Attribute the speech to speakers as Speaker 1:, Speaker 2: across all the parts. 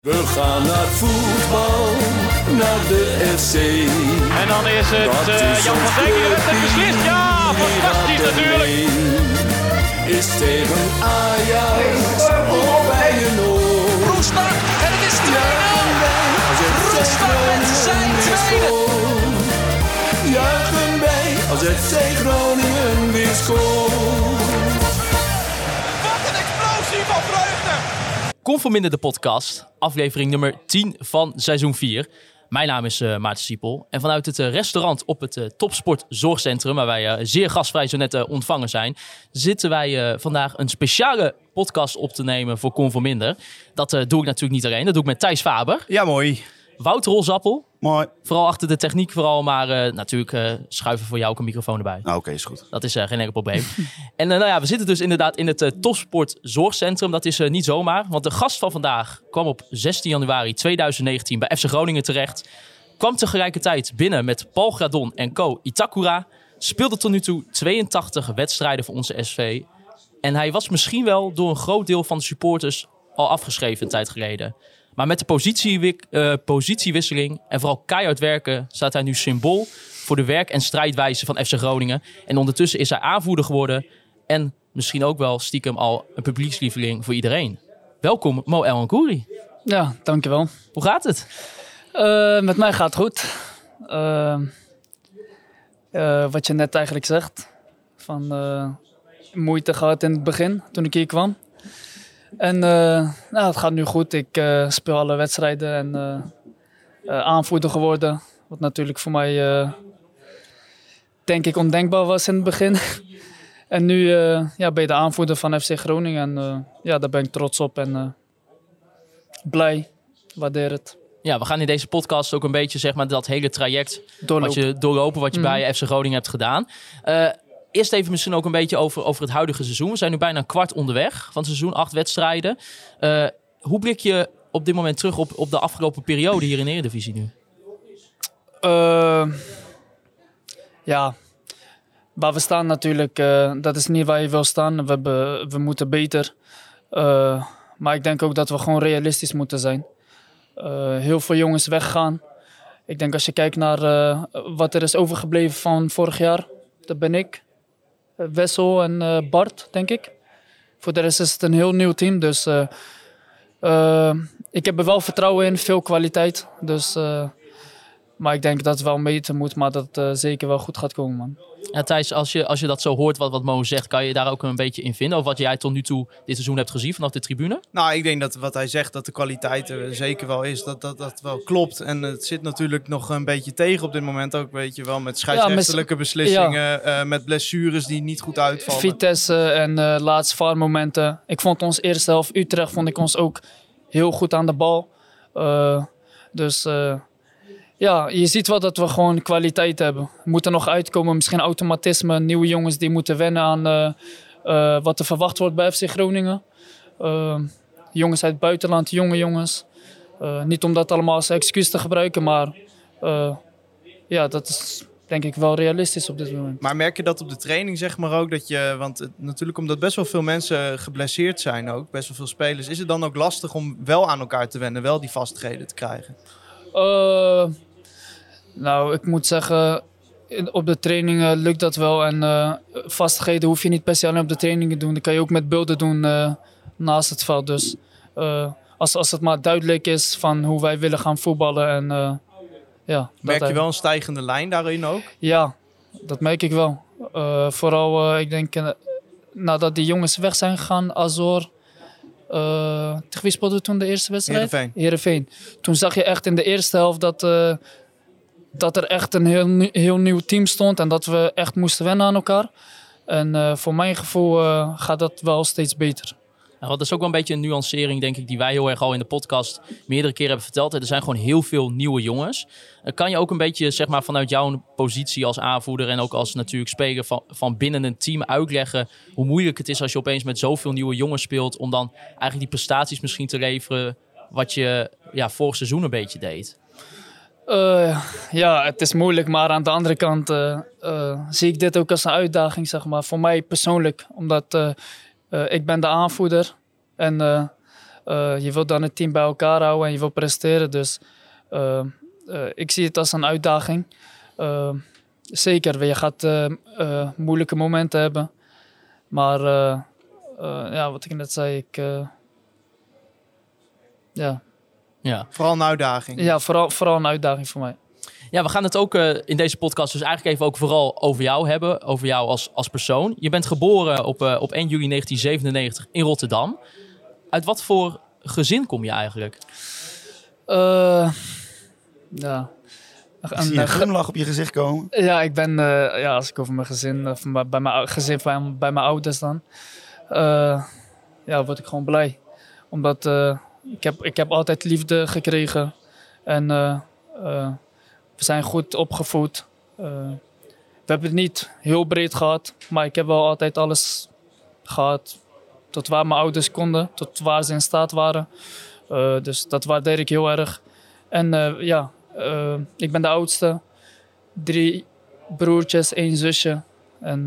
Speaker 1: We gaan naar voetbal, naar de FC.
Speaker 2: En dan is het Jan van Dijk die de wedstrijd beslist. Ja, fantastisch natuurlijk.
Speaker 1: Is tegen Ajax of bij een oor.
Speaker 3: Roestak en het is 2-0. Roestak met zijn tweede.
Speaker 1: Juichen wij als FC Groningen weer scoort.
Speaker 3: Wat een explosie van vreugde.
Speaker 4: Conforminder de podcast, aflevering nummer 10 van seizoen 4. Mijn naam is Maarten Siepel en vanuit het restaurant op het Topsport Zorgcentrum, waar wij zeer gastvrij zo net ontvangen zijn, zitten wij vandaag een speciale podcast op te nemen voor Conforminder. Dat doe ik natuurlijk niet alleen, dat doe ik met Thijs Faber.
Speaker 5: Ja, mooi.
Speaker 4: Wouter Rolzappel.
Speaker 5: Mooi.
Speaker 4: Vooral achter de techniek, maar natuurlijk schuiven voor jou ook een microfoon erbij.
Speaker 5: Oké, is goed.
Speaker 4: Dat is geen enkel probleem. En we zitten dus inderdaad in het Topsport Zorgcentrum. Dat is niet zomaar, want de gast van vandaag kwam op 16 januari 2019 bij FC Groningen terecht. Kwam tegelijkertijd binnen met Paul Gradon en Co. Itakura. Speelde tot nu toe 82 wedstrijden voor onze SV. En hij was misschien wel door een groot deel van de supporters al afgeschreven een tijd geleden. Maar met de positiewisseling en vooral keihard werken staat hij nu symbool voor de werk- en strijdwijze van FC Groningen. En ondertussen is hij aanvoerder geworden en misschien ook wel stiekem al een publiekslieveling voor iedereen. Welkom Mo El Ankouri.
Speaker 6: Ja, dankjewel.
Speaker 4: Hoe gaat het?
Speaker 6: Met mij gaat het goed. Wat je net eigenlijk zegt. Van moeite gehad in het begin, toen ik hier kwam. En het gaat nu goed. Ik speel alle wedstrijden en aanvoerder geworden. Wat natuurlijk voor mij, denk ik, ondenkbaar was in het begin. En nu ben je de aanvoerder van FC Groningen. En daar ben ik trots op en blij. Waardeer het.
Speaker 4: Ja, we gaan in deze podcast ook een beetje zeg maar dat hele traject doorlopen wat je bij FC Groningen hebt gedaan. Eerst even misschien ook een beetje over het huidige seizoen. We zijn nu bijna een kwart onderweg van het seizoen, 8 wedstrijden. Hoe blik je op dit moment terug op de afgelopen periode hier in de Eredivisie nu?
Speaker 6: Waar we staan natuurlijk, dat is niet waar je wil staan. We moeten beter. Maar ik denk ook dat we gewoon realistisch moeten zijn. Heel veel jongens weggaan. Ik denk als je kijkt naar wat er is overgebleven van vorig jaar, dat ben ik. Wessel en Bart, denk ik. Voor de rest is het een heel nieuw team. Dus ik heb er wel vertrouwen in, veel kwaliteit. Dus, maar ik denk dat het wel beter moet, maar dat het zeker wel goed gaat komen, man.
Speaker 4: Ja, Thijs, als je dat zo hoort wat Mo zegt, kan je daar ook een beetje in vinden? Of wat jij tot nu toe dit seizoen hebt gezien vanaf de tribune?
Speaker 5: Nou, ik denk dat wat hij zegt, dat de kwaliteit er zeker wel is. Dat wel klopt. En het zit natuurlijk nog een beetje tegen op dit moment ook, weet je wel. Met scheidsrechtelijke beslissingen, met blessures die niet goed uitvallen.
Speaker 6: Vitesse en laatste VAR-momenten. Ik vond ons eerste helft Utrecht vond ik ons ook heel goed aan de bal. Je ziet wel dat we gewoon kwaliteit hebben. We moeten nog uitkomen, misschien automatisme. Nieuwe jongens die moeten wennen aan wat er verwacht wordt bij FC Groningen. Jongens uit het buitenland, jonge jongens. Niet om dat allemaal als excuus te gebruiken, maar dat is denk ik wel realistisch op dit moment.
Speaker 5: Maar merk je dat op de training zeg maar ook? Want natuurlijk omdat best wel veel mensen geblesseerd zijn ook, best wel veel spelers. Is het dan ook lastig om wel aan elkaar te wennen, wel die vastigheden te krijgen?
Speaker 6: Ik moet zeggen, op de trainingen lukt dat wel. En vastigheden hoef je niet per se alleen op de trainingen te doen. Dat kan je ook met beelden doen naast het veld. Dus als het maar duidelijk is van hoe wij willen gaan voetballen.
Speaker 5: Merk je wel een stijgende lijn daarin ook?
Speaker 6: Ja, dat merk ik wel. Vooral, ik denk, nadat die jongens weg zijn gegaan, Azor. Tegen wie speelde toen de eerste wedstrijd? Heerenveen. Toen zag je echt in de eerste helft dat er echt een heel nieuw team stond en dat we echt moesten wennen aan elkaar. En voor mijn gevoel gaat dat wel steeds beter.
Speaker 4: Nou, dat is ook wel een beetje een nuancering, denk ik, die wij heel erg al in de podcast meerdere keren hebben verteld. Er zijn gewoon heel veel nieuwe jongens. Kan je ook een beetje, zeg maar, vanuit jouw positie als aanvoerder en ook als natuurlijk speler van binnen een team uitleggen hoe moeilijk het is als je opeens met zoveel nieuwe jongens speelt om dan eigenlijk die prestaties misschien te leveren wat je vorig seizoen een beetje deed?
Speaker 6: Het is moeilijk, maar aan de andere kant zie ik dit ook als een uitdaging, zeg maar. Voor mij persoonlijk, omdat ik ben de aanvoerder en Je wilt dan het team bij elkaar houden en je wilt presteren. Dus ik zie het als een uitdaging. Zeker, je gaat moeilijke momenten hebben. Maar wat ik net zei,
Speaker 5: Ja. Vooral een uitdaging.
Speaker 6: Ja, vooral een uitdaging voor mij.
Speaker 4: Ja, we gaan het ook in deze podcast dus eigenlijk even ook vooral over jou hebben. Over jou als persoon. Je bent geboren op 1 juli 1997 in Rotterdam. Uit wat voor gezin kom je eigenlijk?
Speaker 7: Ik zie een glimlach op je gezicht komen.
Speaker 6: Ja, ik ben, als ik over mijn gezin, bij mijn gezin bij mijn ouders dan, word ik gewoon blij. Omdat ik heb altijd liefde gekregen en we zijn goed opgevoed. We hebben het niet heel breed gehad, maar ik heb wel altijd alles gehad tot waar mijn ouders konden, tot waar ze in staat waren. Dus dat waardeer ik heel erg. En ik ben de oudste. 3 broertjes, 1 zusje. En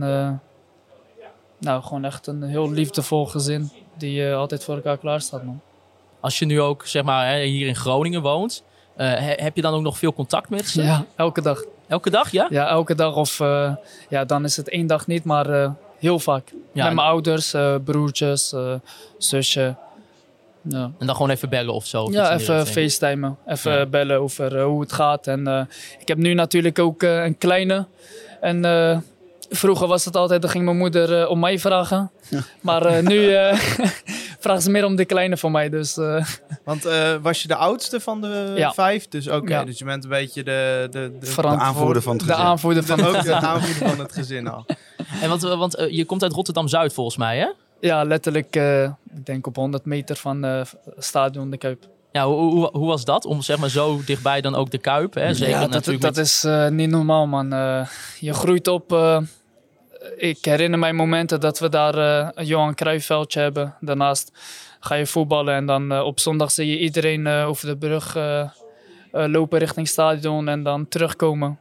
Speaker 6: gewoon echt een heel liefdevol gezin die altijd voor elkaar klaar staat, man.
Speaker 4: Als je nu ook zeg maar hier in Groningen woont, heb je dan ook nog veel contact met ze?
Speaker 6: Ja, elke dag.
Speaker 4: Elke dag, ja?
Speaker 6: Ja, elke dag. Of dan is het 1 dag niet, maar heel vaak.
Speaker 4: Ja,
Speaker 6: met mijn ouders, broertjes, zusje. Ja.
Speaker 4: En dan gewoon even bellen of zo?
Speaker 6: Ja, even facetimen. Even bellen over hoe het gaat. En ik heb nu natuurlijk ook een kleine. En vroeger was het altijd, dan ging mijn moeder om mij vragen. Ja. Maar nu vraagt ze meer om de kleine van mij. Dus,
Speaker 5: Want was je de oudste van de 5? Dus dus je bent een beetje de
Speaker 7: aanvoerder van het gezin.
Speaker 6: De aanvoerder van het gezin.
Speaker 5: De aanvoerder van het gezin al.
Speaker 4: En want je komt uit Rotterdam-Zuid volgens mij, hè?
Speaker 6: Ja, letterlijk, ik denk op 100 meter van stadion De Kuip.
Speaker 4: Ja, hoe was dat? Om zeg maar zo dichtbij dan ook De Kuip? Hè? Zeker
Speaker 6: dat is niet normaal, man. Je groeit op. Ik herinner mij momenten dat we daar een Johan Cruijffveldje hebben. Daarnaast ga je voetballen en dan op zondag zie je iedereen over de brug lopen richting stadion en dan terugkomen.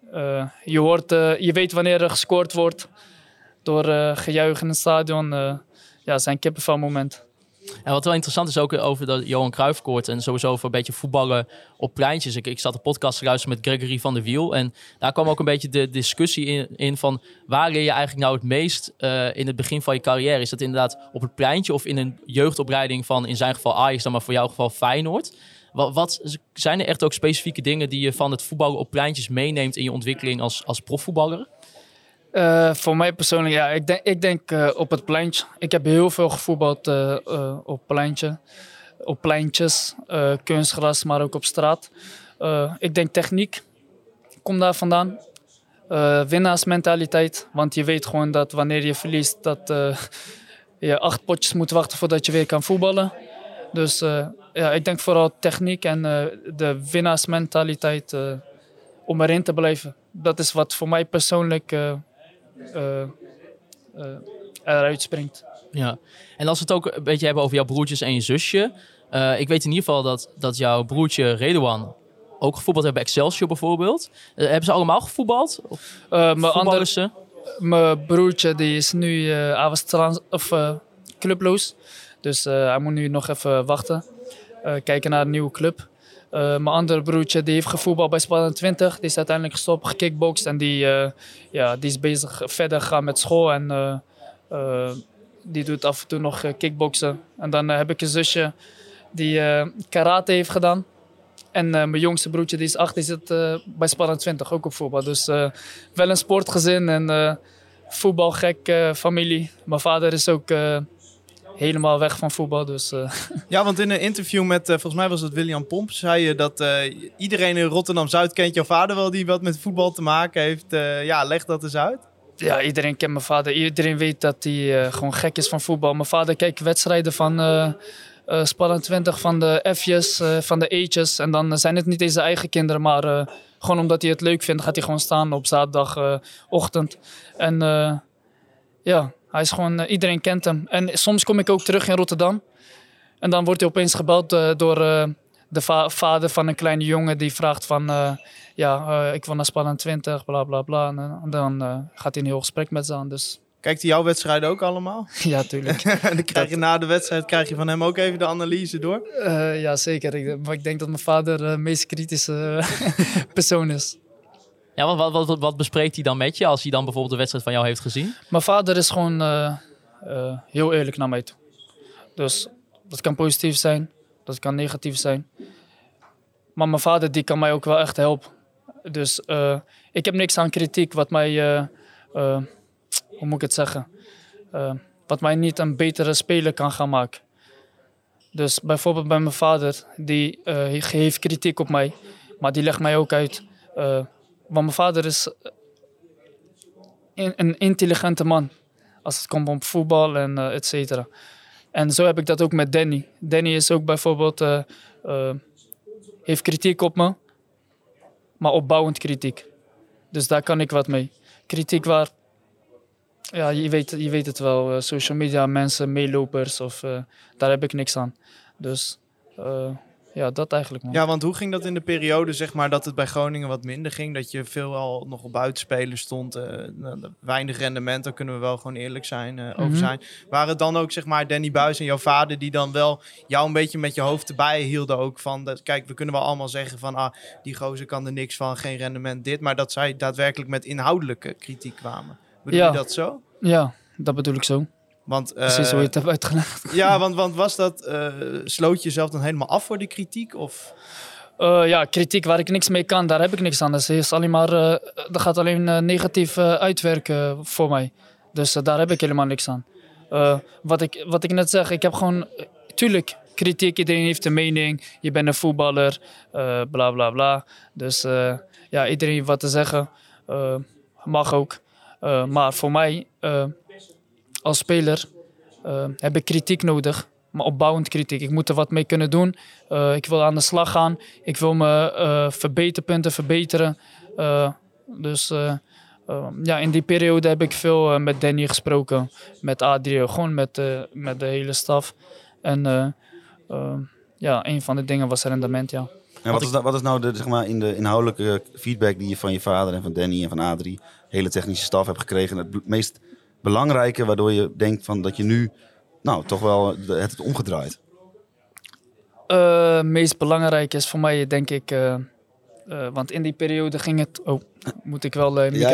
Speaker 6: Je weet wanneer er gescoord wordt door gejuich in het stadion. Zijn kippenvelmoment.
Speaker 4: En wat wel interessant is ook over dat Johan Cruijffkoord en sowieso over een beetje voetballen op pleintjes. Ik zat de podcast te luisteren met Gregory van der Wiel en daar kwam ook een beetje de discussie in van waar leer je eigenlijk nou het meest in het begin van je carrière? Is dat inderdaad op het pleintje of in een jeugdopleiding van in zijn geval Ajax, dan maar voor jouw geval Feyenoord? Wat zijn er echt ook specifieke dingen die je van het voetballen op pleintjes meeneemt in je ontwikkeling als profvoetballer?
Speaker 6: Voor mij persoonlijk, ik denk op het pleintje. Ik heb heel veel gevoetbald op pleintjes, kunstgras, maar ook op straat. Ik denk techniek, kom daar vandaan. Winnaarsmentaliteit, want je weet gewoon dat wanneer je verliest, dat je 8 potjes moet wachten voordat je weer kan voetballen. Dus ik denk vooral techniek en de winnaarsmentaliteit om erin te blijven. Dat is wat voor mij persoonlijk eruit springt.
Speaker 4: Ja, en als we het ook een beetje hebben over jouw broertjes en je zusje. Ik weet in ieder geval dat jouw broertje Redouan ook gevoetbald heeft bij Excelsior bijvoorbeeld. Hebben ze allemaal gevoetbald?
Speaker 6: Mijn broertje die is nu clubloos. Dus hij moet nu nog even wachten. Kijken naar een nieuwe club. Mijn andere broertje die heeft gevoetbald bij Sparta 20. Die is uiteindelijk gestopt, gekickboxd. En die is bezig verder gaan met school. En die doet af en toe nog kickboksen. En dan heb ik een zusje die karate heeft gedaan. En mijn jongste broertje die is 8, die zit bij Sparta 20, ook op voetbal. Dus wel een sportgezin en voetbalgek familie. Mijn vader is ook helemaal weg van voetbal. Dus,
Speaker 5: Ja, want in een interview met, volgens mij was het William Pomp, zei je dat iedereen in Rotterdam-Zuid kent jouw vader wel die wat met voetbal te maken heeft. Leg dat eens uit.
Speaker 6: Ja, iedereen kent mijn vader. Iedereen weet dat hij gewoon gek is van voetbal. Mijn vader kijkt wedstrijden van Sparta 20, van de F'jes, van de E'tjes. En dan zijn het niet eens zijn eigen kinderen, maar gewoon omdat hij het leuk vindt, gaat hij gewoon staan op zaterdagochtend. En hij is gewoon, iedereen kent hem. En soms kom ik ook terug in Rotterdam. En dan wordt hij opeens gebeld door de vader van een kleine jongen die vraagt van... ik wil naar Sparta 20, bla bla bla. En dan gaat hij een heel gesprek met ze aan. Dus
Speaker 5: Kijkt hij jouw wedstrijden ook allemaal?
Speaker 6: Ja, tuurlijk.
Speaker 5: En dan krijg je na de wedstrijd van hem ook even de analyse door?
Speaker 6: Ja, zeker. Ik denk dat mijn vader de meest kritische persoon is.
Speaker 4: Ja, wat bespreekt hij dan met je als hij dan bijvoorbeeld de wedstrijd van jou heeft gezien?
Speaker 6: Mijn vader is gewoon heel eerlijk naar mij toe. Dus dat kan positief zijn, dat kan negatief zijn. Maar mijn vader die kan mij ook wel echt helpen. Dus ik heb niks aan kritiek wat mij, hoe moet ik het zeggen, wat mij niet een betere speler kan gaan maken. Dus bijvoorbeeld bij mijn vader, die heeft kritiek op mij, maar die legt mij ook uit. Want mijn vader is een intelligente man als het komt op voetbal en et cetera. En zo heb ik dat ook met Danny. Danny is ook bijvoorbeeld, heeft kritiek op me, maar opbouwend kritiek. Dus daar kan ik wat mee. Kritiek waar, ja, je weet het wel, social media, mensen, meelopers, daar heb ik niks aan. Dus ja, dat eigenlijk, man.
Speaker 5: Ja, want hoe ging dat in de periode, zeg maar, dat het bij Groningen wat minder ging? Dat je veelal nog op buitenspelers stond, weinig rendement, daar kunnen we wel gewoon eerlijk zijn, over zijn. Waren het dan ook, zeg maar, Danny Buijs en jouw vader die dan wel jou een beetje met je hoofd erbij hielden ook van, kijk, we kunnen wel allemaal zeggen van, die gozer kan er niks van, geen rendement dit, maar dat zij daadwerkelijk met inhoudelijke kritiek kwamen. Bedoel je dat zo?
Speaker 6: Ja, dat bedoel ik zo.
Speaker 5: Want,
Speaker 6: precies hoe je het hebt uitgelegd.
Speaker 5: Ja, want was dat, sloot je jezelf dan helemaal af voor die kritiek? Of?
Speaker 6: Ja, kritiek waar ik niks mee kan, daar heb ik niks aan. Dat is alleen maar, dat gaat alleen negatief uitwerken voor mij. Dus daar heb ik helemaal niks aan. Wat ik net zeg, ik heb gewoon, tuurlijk, kritiek, iedereen heeft een mening. Je bent een voetballer, bla bla bla. Dus ja, iedereen wat te zeggen, mag ook. Maar voor mij, als speler, heb ik kritiek nodig. Maar opbouwend kritiek. Ik moet er wat mee kunnen doen. Ik wil aan de slag gaan. Ik wil mijn verbeterpunten verbeteren. Dus ja, in die periode heb ik veel met Danny gesproken. Met Adrie, gewoon met de hele staf. En ja, een van de dingen was rendement, ja.
Speaker 7: En wat is nou de, zeg maar, in de inhoudelijke feedback die je van je vader en van Danny en van Adrie, hele technische staf, hebt gekregen? Het meest belangrijke waardoor je denkt van dat je nu, nou, toch wel het omgedraaid?
Speaker 6: Het meest belangrijke is voor mij, denk ik, want in die periode ging het... Oh, moet ik wel...
Speaker 5: Ik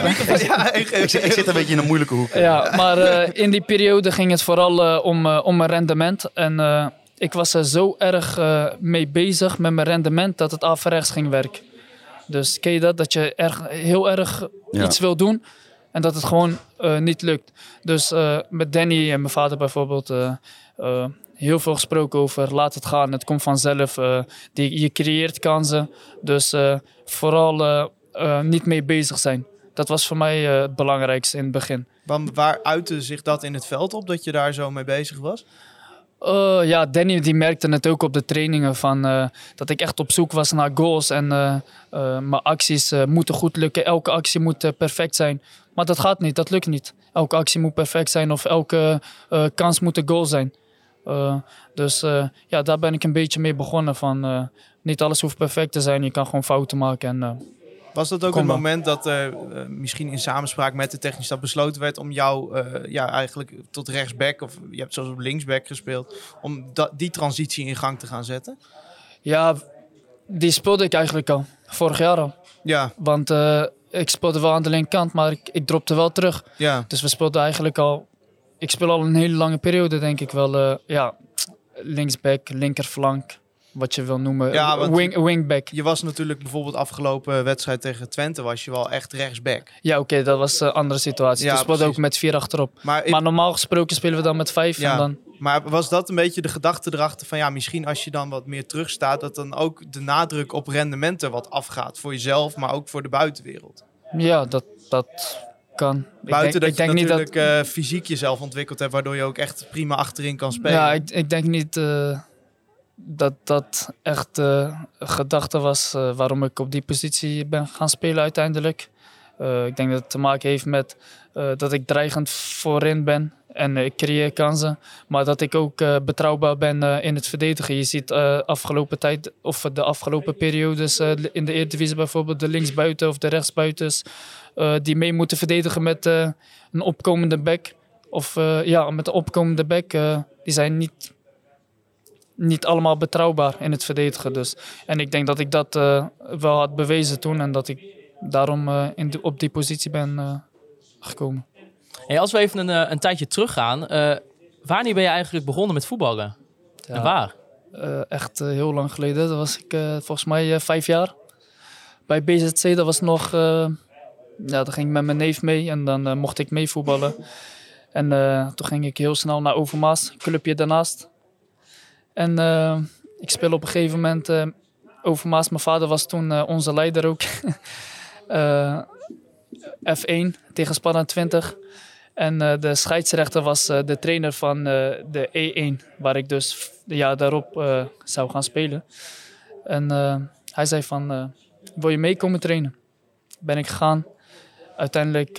Speaker 5: zit een beetje in een moeilijke hoek.
Speaker 6: Ja, maar in die periode ging het vooral om mijn rendement. En ik was er zo erg mee bezig met mijn rendement dat het averechts ging werken. Dus ken je dat? Dat je heel erg iets wil doen en dat het gewoon niet lukt. Dus met Danny en mijn vader bijvoorbeeld heel veel gesproken over laat het gaan. Het komt vanzelf. Je creëert kansen. Dus vooral niet mee bezig zijn. Dat was voor mij het belangrijkste in het begin.
Speaker 5: Waar uitte zich dat in het veld op, dat je daar zo mee bezig was?
Speaker 6: Ja, Danny die merkte het ook op de trainingen van, dat ik echt op zoek was naar goals. En mijn acties moeten goed lukken. Elke actie moet perfect zijn. Maar dat gaat niet, dat lukt niet. Elke actie moet perfect zijn of elke kans moet een goal zijn. Dus ja, daar ben ik een beetje mee begonnen. Van, niet alles hoeft perfect te zijn, je kan gewoon fouten maken. En,
Speaker 5: was dat ook een moment dat misschien in samenspraak met de technische staf besloten werd om jou eigenlijk tot rechtsback, of je hebt zelfs op linksback gespeeld, om die transitie in gang te gaan zetten?
Speaker 6: Ja, die speelde ik eigenlijk al. Vorig jaar al.
Speaker 5: Ja.
Speaker 6: Want ik speelde wel aan de linkerkant, maar ik dropte wel terug.
Speaker 5: Ja.
Speaker 6: Dus we speelden eigenlijk al... Ik speel al een hele lange periode, denk ik wel. Ja, linksback, linkerflank, wat je wil noemen. Ja, wingback.
Speaker 5: Je was natuurlijk bijvoorbeeld afgelopen wedstrijd tegen Twente, was je wel echt rechtsback.
Speaker 6: Ja, oké, dat was een andere situatie. Ja, we speelden ook met 4 achterop. Maar normaal gesproken spelen we dan met 5.
Speaker 5: Ja,
Speaker 6: en dan...
Speaker 5: Maar was dat een beetje de gedachte erachter van, ja, misschien als je dan wat meer terugstaat, dat dan ook de nadruk op rendementen wat afgaat voor jezelf, maar ook voor de buitenwereld?
Speaker 6: Ja, dat kan.
Speaker 5: Buiten dat je natuurlijk fysiek jezelf ontwikkeld hebt, waardoor je ook echt prima achterin kan spelen.
Speaker 6: Ja, ik denk niet dat echt gedachte was waarom ik op die positie ben gaan spelen uiteindelijk. Ik denk dat het te maken heeft met dat ik dreigend voorin ben. En ik creëer kansen. Maar dat ik ook betrouwbaar ben in het verdedigen. Je ziet afgelopen tijd, of de afgelopen periodes in de Eredivisie bijvoorbeeld, de linksbuiten of de rechtsbuitens. Die mee moeten verdedigen met een opkomende back. Of met een opkomende back. Die zijn niet allemaal betrouwbaar in het verdedigen. Dus. En ik denk dat ik dat wel had bewezen toen. En dat ik daarom op die positie ben gekomen.
Speaker 4: Hey, als we even een tijdje teruggaan. Wanneer ben je eigenlijk begonnen met voetballen? Ja, en waar?
Speaker 6: Echt heel lang geleden. Dat was ik volgens mij 5 jaar. Bij BZC, dat was nog... daar ging ik met mijn neef mee en dan mocht ik mee voetballen. En toen ging ik heel snel naar Overmaas, clubje daarnaast. En ik speel op een gegeven moment Overmaas. Mijn vader was toen onze leider ook. F1 tegen Sparta 20. En de scheidsrechter was de trainer van de E1, waar ik dus het jaar daarop zou gaan spelen. En hij zei van, wil je mee komen trainen? Ben ik gegaan. Uiteindelijk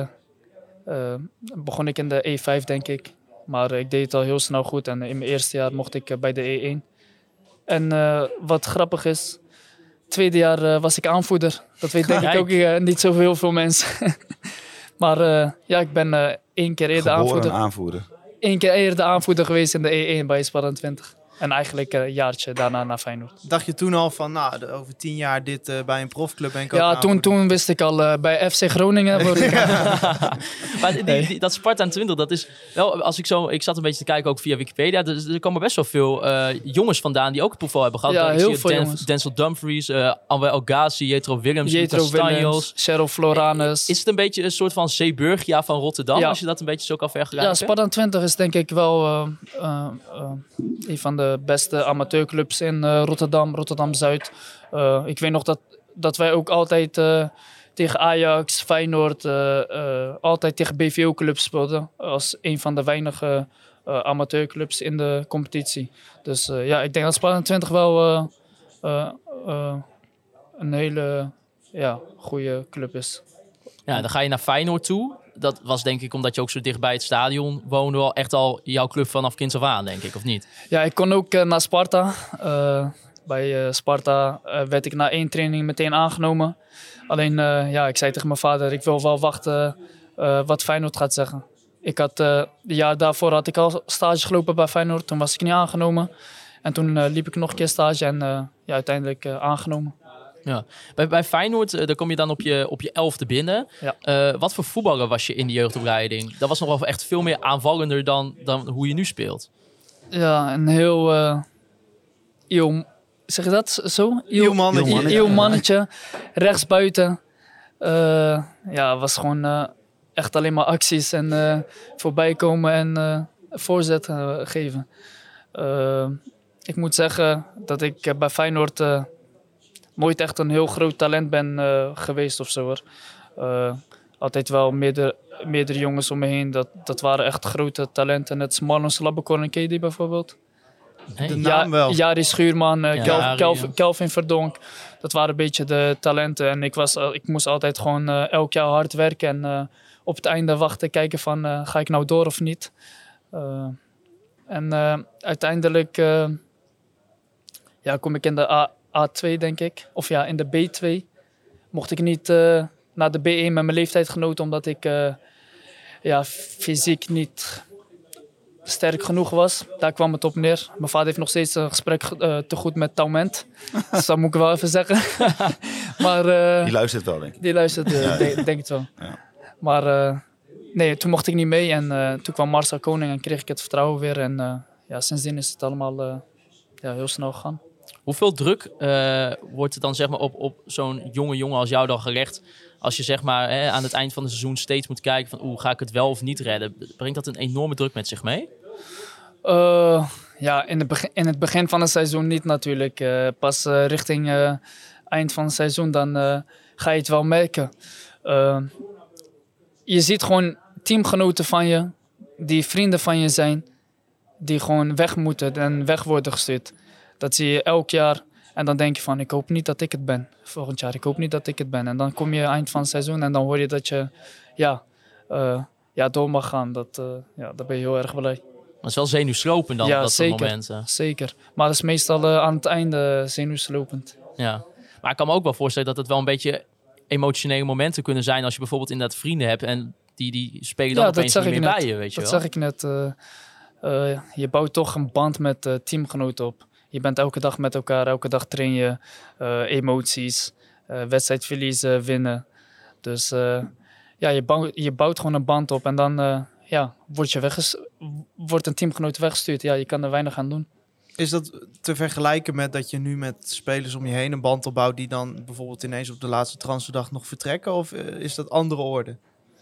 Speaker 6: begon ik in de E5, denk ik. Maar ik deed het al heel snel goed en in mijn eerste jaar mocht ik bij de E1. En wat grappig is, tweede jaar was ik aanvoerder. Dat weet denk ik ook niet zoveel mensen. Maar ik ben 1 keer eerder
Speaker 7: aanvoerder.
Speaker 6: 1 keer eerder aanvoerder geweest in de E1 bij Sparta 20. En eigenlijk een jaartje daarna naar Feyenoord.
Speaker 5: Dacht je toen al van, over 10 jaar dit bij een profclub ben ik ook
Speaker 6: Ja, toen wist ik al bij FC Groningen.
Speaker 4: Maar dat Sparta 20, dat is wel, ik zat een beetje te kijken ook via Wikipedia. Er komen best wel veel jongens vandaan die ook het proefval hebben gehad.
Speaker 6: Ja, heel veel jongens.
Speaker 4: Denzel Dumfries, Anwar El Ghazi, Jetro Willems,
Speaker 6: Cheryl Floranus.
Speaker 4: Is het een beetje een soort van Zeeburgia van Rotterdam, als je dat een beetje zo kan vergelijken?
Speaker 6: Ja, Sparta 20 is denk ik wel een van de beste amateurclubs in Rotterdam-Zuid. Ik weet nog dat wij ook altijd tegen Ajax, Feyenoord, altijd tegen BVO-clubs speelden. Als een van de weinige amateurclubs in de competitie. Dus ik denk dat Sparta 20 wel een hele goede club is.
Speaker 4: Ja, dan ga je naar Feyenoord toe. Dat was denk ik omdat je ook zo dicht bij het stadion woonde, wel echt al jouw club vanaf kinds af aan, denk ik, of niet?
Speaker 6: Ja, ik kon ook naar Sparta. Bij Sparta werd ik na 1 training meteen aangenomen. Alleen, ik zei tegen mijn vader, ik wil wel wachten wat Feyenoord gaat zeggen. Ik had, het jaar daarvoor had ik al stage gelopen bij Feyenoord. Toen was ik niet aangenomen. En toen liep ik nog een keer stage en uiteindelijk aangenomen.
Speaker 4: Ja. Bij Feyenoord, daar kom je dan op je 11e binnen. Ja. Wat voor voetballer was je in de jeugdopleiding? Dat was nog wel echt veel meer aanvallender dan hoe je nu speelt.
Speaker 6: Ja, een heel... zeg je dat zo?
Speaker 5: Eeuw
Speaker 6: mannetje. Rechtsbuiten. Was gewoon echt alleen maar acties en voorbij komen en voorzet geven. Ik moet zeggen dat ik bij Feyenoord... nooit echt een heel groot talent ben geweest of zo hoor. Altijd wel meerdere jongens om me heen. Dat waren echt grote talenten. Net als Marlon Slabbekorn en KD bijvoorbeeld.
Speaker 5: De naam wel.
Speaker 6: Jari Schuurman, Kelvin Verdonk. Dat waren een beetje de talenten. En ik moest altijd gewoon elk jaar hard werken. En op het einde wachten, kijken van ga ik nou door of niet. Uiteindelijk kom ik in de A2 denk ik. Of in de B2 mocht ik niet naar de B1 met mijn leeftijdgenoten. Omdat ik fysiek niet sterk genoeg was. Daar kwam het op neer. Mijn vader heeft nog steeds een gesprek te goed met Taument. Dus dat moet ik wel even zeggen. Maar,
Speaker 7: die luistert wel, denk ik.
Speaker 6: Die luistert, denk ik wel. Ja. Maar toen mocht ik niet mee. En toen kwam Marcel Koning en kreeg ik het vertrouwen weer. En sindsdien is het allemaal heel snel gegaan.
Speaker 4: Hoeveel druk wordt er dan zeg maar, op zo'n jonge jongen als jou dan gelegd... als je zeg maar, aan het eind van het seizoen steeds moet kijken van... ga ik het wel of niet redden? Brengt dat een enorme druk met zich mee?
Speaker 6: In het begin van het seizoen niet natuurlijk. Pas richting eind van het seizoen dan ga je het wel merken. Je ziet gewoon teamgenoten van je... die vrienden van je zijn... die gewoon weg moeten en weg worden gestuurd. Dat zie je elk jaar. En dan denk je van, ik hoop niet dat ik het ben. Volgend jaar, ik hoop niet dat ik het ben. En dan kom je eind van het seizoen en dan hoor je dat je door mag gaan. Dan ben je heel erg blij.
Speaker 4: Dat is wel zenuwslopend dan, dat soort momenten.
Speaker 6: Zeker. Maar dat is meestal aan het einde zenuwslopend.
Speaker 4: Ja. Maar ik kan me ook wel voorstellen dat het wel een beetje emotionele momenten kunnen zijn als je bijvoorbeeld inderdaad vrienden hebt en die spelen dan opeens niet meer bij je, weet je wel.
Speaker 6: Dat zeg ik net. Je bouwt toch een band met teamgenoten op. Je bent elke dag met elkaar, elke dag train je, emoties, wedstrijd verliezen, winnen. Dus je bouwt gewoon een band op en dan wordt een teamgenoot weggestuurd. Ja, je kan er weinig aan doen.
Speaker 5: Is dat te vergelijken met dat je nu met spelers om je heen een band opbouwt die dan bijvoorbeeld ineens op de laatste transferdag nog vertrekken? Of is dat andere orde?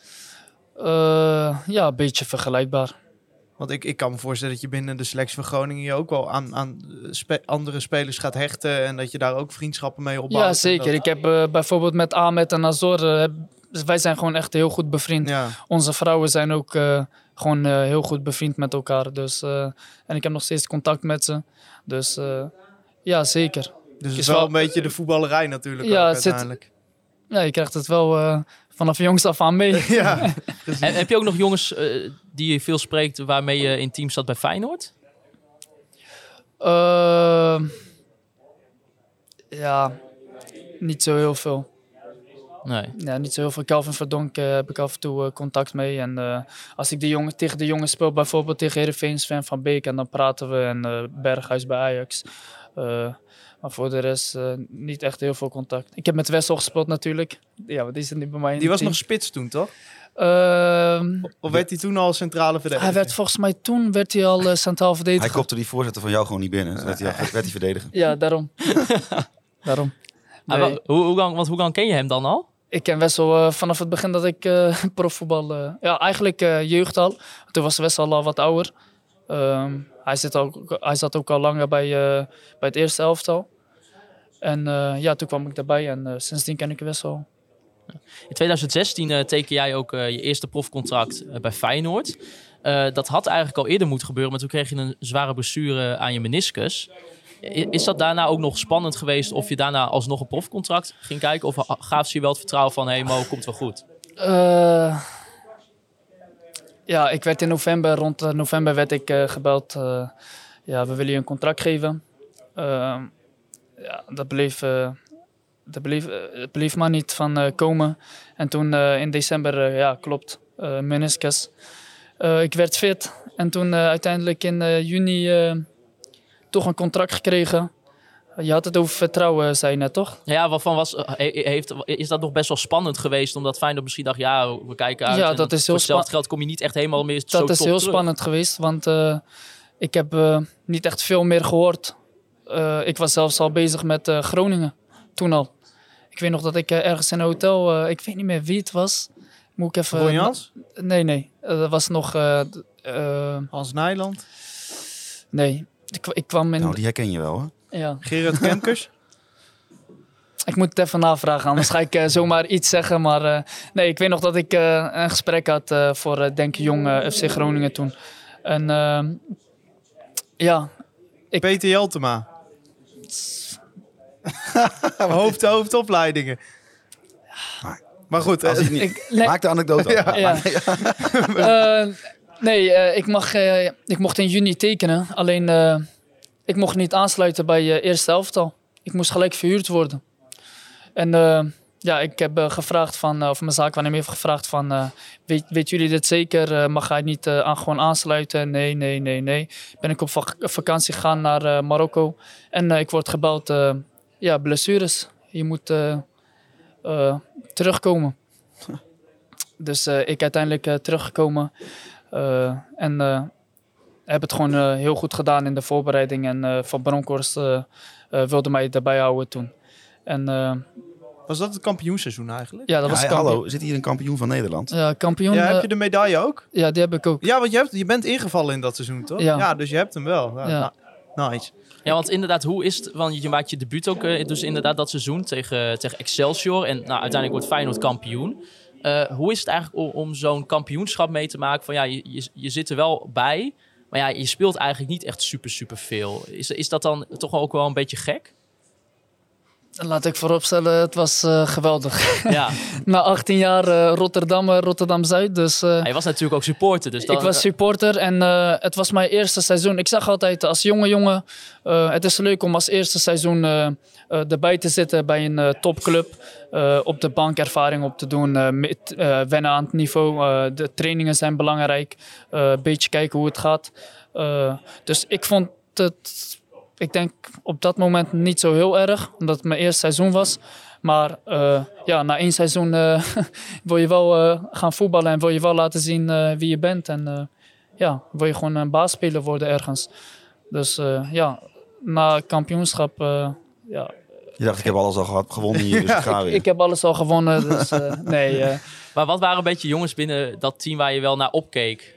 Speaker 6: Een beetje vergelijkbaar.
Speaker 5: Want ik kan me voorstellen dat je binnen de selectie van Groningen je ook wel aan andere spelers gaat hechten en dat je daar ook vriendschappen mee opbouwt.
Speaker 6: Ja, zeker. Ik heb bijvoorbeeld met Ahmed en Azor, wij zijn gewoon echt heel goed bevriend. Ja. Onze vrouwen zijn ook gewoon heel goed bevriend met elkaar. Dus, en ik heb nog steeds contact met ze. Dus ja, zeker.
Speaker 5: Dus het is wel een beetje de voetballerij natuurlijk ook, uiteindelijk.
Speaker 6: Je krijgt het wel vanaf jongs af aan mee.
Speaker 5: Ja,
Speaker 4: en heb je ook nog jongens die je veel spreekt waarmee je in team zat bij Feyenoord?
Speaker 6: Niet zo heel veel.
Speaker 4: Nee.
Speaker 6: Ja, niet zo heel veel. Kelvin Verdonk heb ik af en toe contact mee. En als ik tegen de jongens speel, bijvoorbeeld tegen Heerenveen, Sven van Beek, en dan praten we. En Berghuis bij Ajax. Maar voor de rest niet echt heel veel contact. Ik heb met Wessel gespeeld natuurlijk. Ja, die zit niet bij mij in
Speaker 5: die was
Speaker 6: team.
Speaker 5: nog spits toen, toch? Of werd hij toen al centrale verdediger?
Speaker 6: Hij werd volgens mij toen al centraal verdediger.
Speaker 7: Hij kopte die voorzetter van jou gewoon niet binnen. Dus werd hij verdediger.
Speaker 6: Ja, daarom. daarom.
Speaker 4: Nee. Hoe lang ken je hem dan al?
Speaker 6: Ik ken Wessel vanaf het begin dat ik profvoetbal... eigenlijk jeugd al. Toen was Wessel al wat ouder. Hij zat ook al langer bij het eerste elftal. En toen kwam ik daarbij en sindsdien ken ik Wessel.
Speaker 4: In 2016 teken jij ook je eerste profcontract bij Feyenoord. Dat had eigenlijk al eerder moeten gebeuren, maar toen kreeg je een zware blessure aan je meniscus. Is dat daarna ook nog spannend geweest of je daarna alsnog een profcontract ging kijken? Of gaf ze je wel het vertrouwen van, hey Mo, komt wel goed?
Speaker 6: Ik werd in november, rond november werd ik gebeld. We willen je een contract geven. Dat bleef maar niet van komen. En toen in december, klopt, meniscus. Ik werd fit. En toen uiteindelijk in juni toch een contract gekregen. Je had het over vertrouwen, zei je net, toch?
Speaker 4: Ja, is dat nog best wel spannend geweest? Omdat Feyenoord misschien dacht, we kijken uit.
Speaker 6: Ja, dat is heel spannend.
Speaker 4: Geld kom je niet echt helemaal meer zo top
Speaker 6: terug. Dat is heel spannend geweest, want ik heb niet echt veel meer gehoord. Ik was zelfs al bezig met Groningen, toen al. Ik weet nog dat ik ergens in een hotel, ik weet niet meer wie het was. Moet ik even...
Speaker 5: Ron Jans?
Speaker 6: Nee. Dat was nog...
Speaker 5: Hans Nijland?
Speaker 6: Nee. Ik kwam in...
Speaker 7: Nou, die herken je wel, hè?
Speaker 6: Ja.
Speaker 5: Gerard Kemkers?
Speaker 6: Ik moet het even navragen, anders ga ik zomaar iets zeggen. Maar nee, ik weet nog dat ik een gesprek had voor Denk Jong FC Groningen toen. En
Speaker 5: Peter Jeltema. Hoofdopleidingen. Maar goed.
Speaker 7: Maak de anekdote af.
Speaker 6: Ja. Ik mocht in juni tekenen. Alleen ik mocht niet aansluiten bij eerste elftal. Ik moest gelijk verhuurd worden. En ik heb gevraagd of mijn zaakwaarnemer heeft gevraagd van... Weet jullie dit zeker? Mag hij niet gewoon aansluiten? Nee. Ben ik op vakantie gegaan naar Marokko. En ik word gebeld, blessures. Je moet terugkomen. Dus ik uiteindelijk teruggekomen. En heb het gewoon heel goed gedaan in de voorbereiding. En Van Bronckhorst wilde mij erbij houden toen. En...
Speaker 5: Was dat het kampioenseizoen eigenlijk?
Speaker 6: Ja, dat was
Speaker 7: hallo, zit hier een kampioen van Nederland?
Speaker 6: Ja, kampioen.
Speaker 5: Ja, heb je de medaille ook?
Speaker 6: Ja, die heb ik ook.
Speaker 5: Ja, want je bent ingevallen in dat seizoen, toch? Ja, dus je hebt hem wel. Ja. Nice.
Speaker 4: Ja, want inderdaad, hoe is het? Want je maakt je debuut ook dus inderdaad dat seizoen tegen Excelsior. En uiteindelijk wordt Feyenoord kampioen. Hoe is het eigenlijk om zo'n kampioenschap mee te maken? Van je zit er wel bij, maar je speelt eigenlijk niet echt super veel. Is dat dan toch ook wel een beetje gek?
Speaker 6: Laat ik vooropstellen, het was geweldig.
Speaker 4: Ja.
Speaker 6: Na 18 jaar Rotterdam-Zuid. Dus,
Speaker 4: hij was natuurlijk ook supporter. Dus
Speaker 6: ik was supporter en het was mijn eerste seizoen. Ik zeg altijd, als jongen, het is leuk om als eerste seizoen erbij te zitten bij een topclub. Op de bank ervaring op te doen, wennen aan het niveau. De trainingen zijn belangrijk. Een beetje kijken hoe het gaat. Dus ik vond het... Ik denk op dat moment niet zo heel erg, omdat het mijn eerste seizoen was. Maar na 1 seizoen wil je wel gaan voetballen en wil je wel laten zien wie je bent. En wil je gewoon een baasspeler worden ergens. Dus na kampioenschap...
Speaker 7: Je dacht, ik heb alles al gewonnen hier, dus ik ga weer.
Speaker 6: Ik heb alles al gewonnen, dus nee.
Speaker 4: Maar wat waren een beetje jongens binnen dat team waar je wel naar opkeek?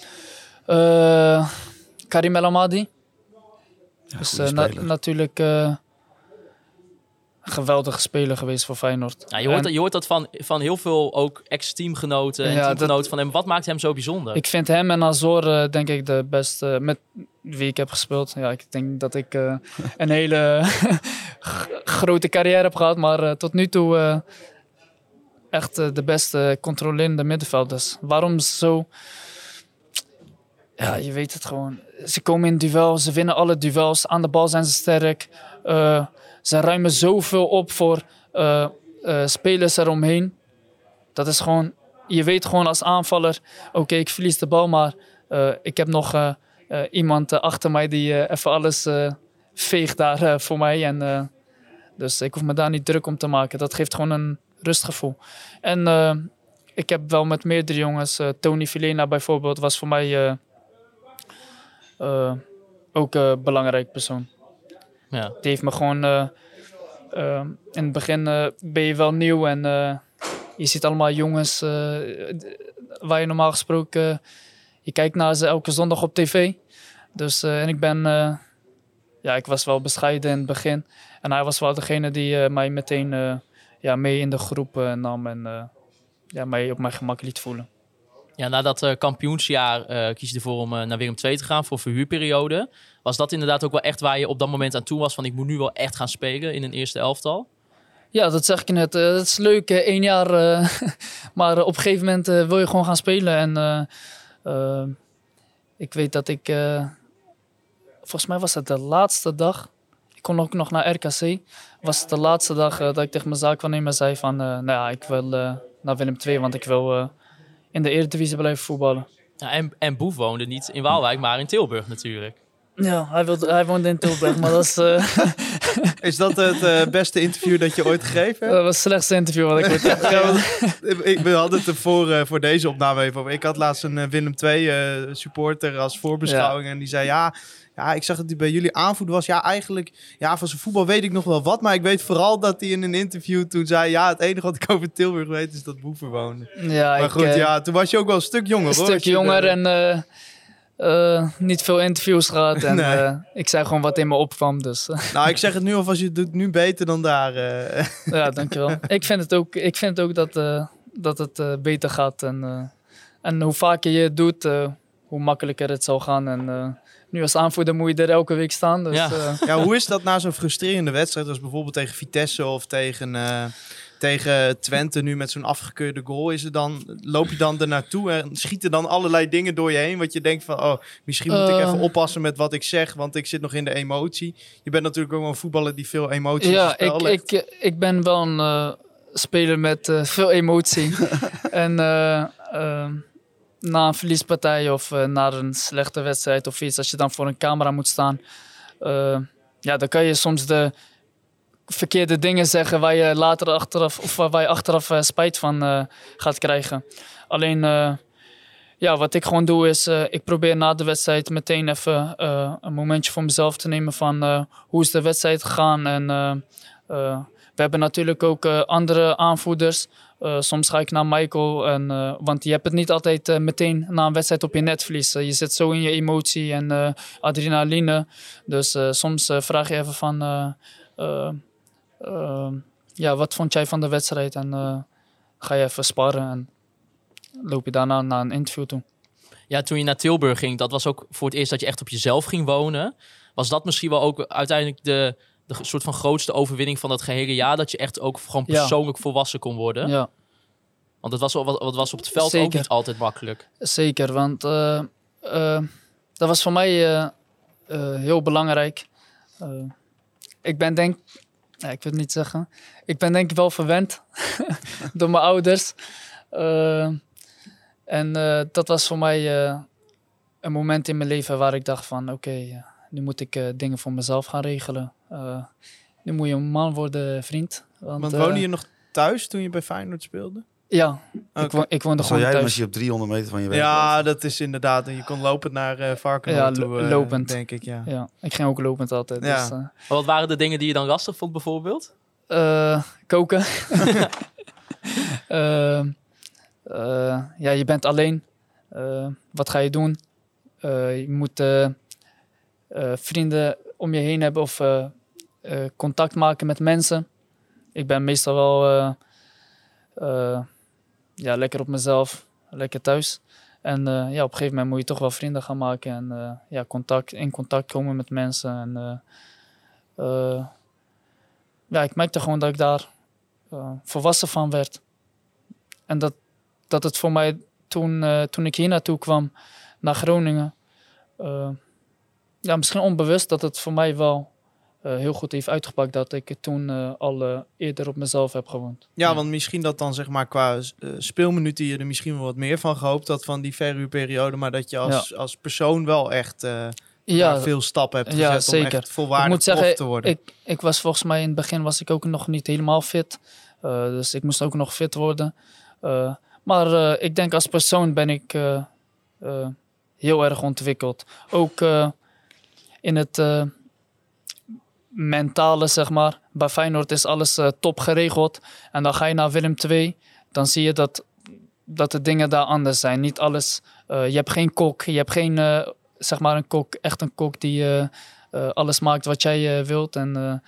Speaker 6: Karim El Amadi.
Speaker 7: Ja,
Speaker 6: dus natuurlijk een geweldige speler geweest voor Feyenoord.
Speaker 4: Ja, je hoort dat van heel veel ook ex-teamgenoten en teamgenoten van hem. Wat maakt hem zo bijzonder?
Speaker 6: Ik vind hem en Azor denk ik de beste met wie ik heb gespeeld. Ja, ik denk dat ik een hele grote carrière heb gehad. Maar tot nu toe echt de beste controlerende middenvelders. Waarom zo... Ja, je weet het gewoon. Ze komen in duel, ze winnen alle duels. Aan de bal zijn ze sterk. Ze ruimen zoveel op voor spelers eromheen. Dat is gewoon... Je weet gewoon als aanvaller... Oké, ik verlies de bal, maar ik heb nog iemand achter mij die even alles veegt daar voor mij. En, dus ik hoef me daar niet druk om te maken. Dat geeft gewoon een rustgevoel. En ik heb wel met meerdere jongens... Tony Vilena bijvoorbeeld was voor mij... ook een belangrijk persoon. Ja. Die heeft me gewoon... in het begin ben je wel nieuw en je ziet allemaal jongens waar je normaal gesproken... je kijkt naar ze elke zondag op tv. Dus en ik was wel bescheiden in het begin. En hij was wel degene die mij meteen mee in de groep nam en mij op mijn gemak liet voelen.
Speaker 4: Ja, na dat kampioensjaar kies je ervoor om naar Willem II te gaan voor verhuurperiode. Was dat inderdaad ook wel echt waar je op dat moment aan toe was van ik moet nu wel echt gaan spelen in een eerste elftal?
Speaker 6: Ja, dat zeg ik net. Het is leuk, 1 jaar. Maar op een gegeven moment wil je gewoon gaan spelen. En ik weet dat ik... volgens mij was het de laatste dag. Ik kon ook nog naar RKC. Was het de laatste dag dat ik tegen mijn zaakwaarnemer zei van... ik wil naar Willem II, want ik wil... in de Eredivisie blijven voetballen.
Speaker 4: Ja, en Boef woonde niet in Waalwijk, maar in Tilburg natuurlijk.
Speaker 6: Ja, hij woonde in Tilburg, maar dat is...
Speaker 5: Is dat het beste interview dat je ooit gegeven hebt?
Speaker 6: Dat was het slechtste interview wat ik ooit heb gegeven.
Speaker 5: We hadden het er voor deze opname even over. Ik had laatst een Willem II supporter als voorbeschouwing. Ja. En die zei, ja, ik zag dat hij bij jullie aanvoerder was. Ja, eigenlijk, van zijn voetbal weet ik nog wel wat. Maar ik weet vooral dat hij in een interview toen zei... Ja, het enige wat ik over Tilburg weet is dat Boeven woonde.
Speaker 6: Ja,
Speaker 5: maar goed, toen was je ook wel een stuk jonger.
Speaker 6: Een stuk jonger en niet veel interviews gehad. En nee. Ik zei gewoon wat in me opkwam. Dus.
Speaker 5: Nou, ik zeg het nu alvast, je doet nu beter dan daar.
Speaker 6: Ja, dankjewel. Ik vind het ook dat het beter gaat. En hoe vaker je het doet, hoe makkelijker het zal gaan. En nu als aanvoerder moet je er elke week staan. Dus,
Speaker 5: ja, hoe is dat na zo'n frustrerende wedstrijd als bijvoorbeeld tegen Vitesse of tegen Twente nu met zo'n afgekeurde goal? Loop je dan er naartoe en schieten dan allerlei dingen door je heen wat je denkt van, misschien moet ik even oppassen met wat ik zeg, want ik zit nog in de emotie. Je bent natuurlijk ook wel een voetballer die veel emotie in het spel legt.
Speaker 6: Ik ben wel een speler met veel emotie. En na een verliespartij of na een slechte wedstrijd of iets, als je dan voor een camera moet staan, dan kan je soms de verkeerde dingen zeggen waar je later achteraf spijt van gaat krijgen. Alleen, wat ik gewoon doe is, ik probeer na de wedstrijd meteen even een momentje voor mezelf te nemen van hoe is de wedstrijd gegaan. En we hebben natuurlijk ook andere aanvoerders. Soms ga ik naar Michael, want je hebt het niet altijd meteen na een wedstrijd op je netvlies. Je zit zo in je emotie en adrenaline. Dus soms vraag je even van... wat vond jij van de wedstrijd? En ga je even sparren en loop je daarna naar een interview toe.
Speaker 4: Ja, toen je naar Tilburg ging, dat was ook voor het eerst dat je echt op jezelf ging wonen. Was dat misschien wel ook uiteindelijk de soort van grootste overwinning van dat gehele jaar. Dat je echt ook gewoon persoonlijk volwassen kon worden.
Speaker 6: Ja.
Speaker 4: Want het was op het veld
Speaker 6: Zeker.
Speaker 4: ook niet altijd makkelijk.
Speaker 6: Zeker, want dat was voor mij heel belangrijk. Ik ben denk ik wil het niet zeggen. Ik ben denk ik wel verwend door mijn ouders. En dat was voor mij een moment in mijn leven waar ik dacht van oké, nu moet ik dingen voor mezelf gaan regelen. Nu moet je een man worden, vriend.
Speaker 5: Want woonde je nog thuis toen je bij Feyenoord speelde?
Speaker 6: Ja,
Speaker 5: Okay.
Speaker 6: ik woonde gewoon thuis.
Speaker 7: Als je op 300 meter van je werk
Speaker 5: Ja, dat is inderdaad. En je kon lopend naar Varkenoord toe,
Speaker 6: lopend.
Speaker 5: denk ik. Ja.
Speaker 6: Ja, ik ging ook lopend altijd.
Speaker 5: Ja.
Speaker 6: Dus,
Speaker 4: Wat waren de dingen die je dan lastig vond bijvoorbeeld?
Speaker 6: Koken. Ja, je bent alleen. Wat ga je doen? Je moet vrienden om je heen hebben of contact maken met mensen. Ik ben meestal wel lekker op mezelf, lekker thuis. En op een gegeven moment moet je toch wel vrienden gaan maken en in contact komen met mensen. En ik merkte gewoon dat ik daar volwassen van werd. En dat het voor mij toen ik hier naartoe kwam, naar Groningen, misschien onbewust dat het voor mij wel heel goed heeft uitgepakt dat ik toen al eerder op mezelf heb gewoond.
Speaker 5: Ja, want misschien dat dan zeg maar qua speelminuten je er misschien wel wat meer van gehoopt had van die verhuurperiode, maar dat je als persoon wel echt veel stappen hebt gezet om echt volwaardig prof te worden.
Speaker 6: Ik was volgens mij in het begin was ik ook nog niet helemaal fit. Dus ik moest ook nog fit worden. Maar ik denk als persoon ben ik heel erg ontwikkeld. Ook in het mentale, zeg maar. Bij Feyenoord is alles top geregeld. En dan ga je naar Willem II. Dan zie je dat de dingen daar anders zijn. Niet alles. Je hebt geen kok. Je hebt geen, zeg maar een kok. Echt een kok die alles maakt wat jij wilt. En,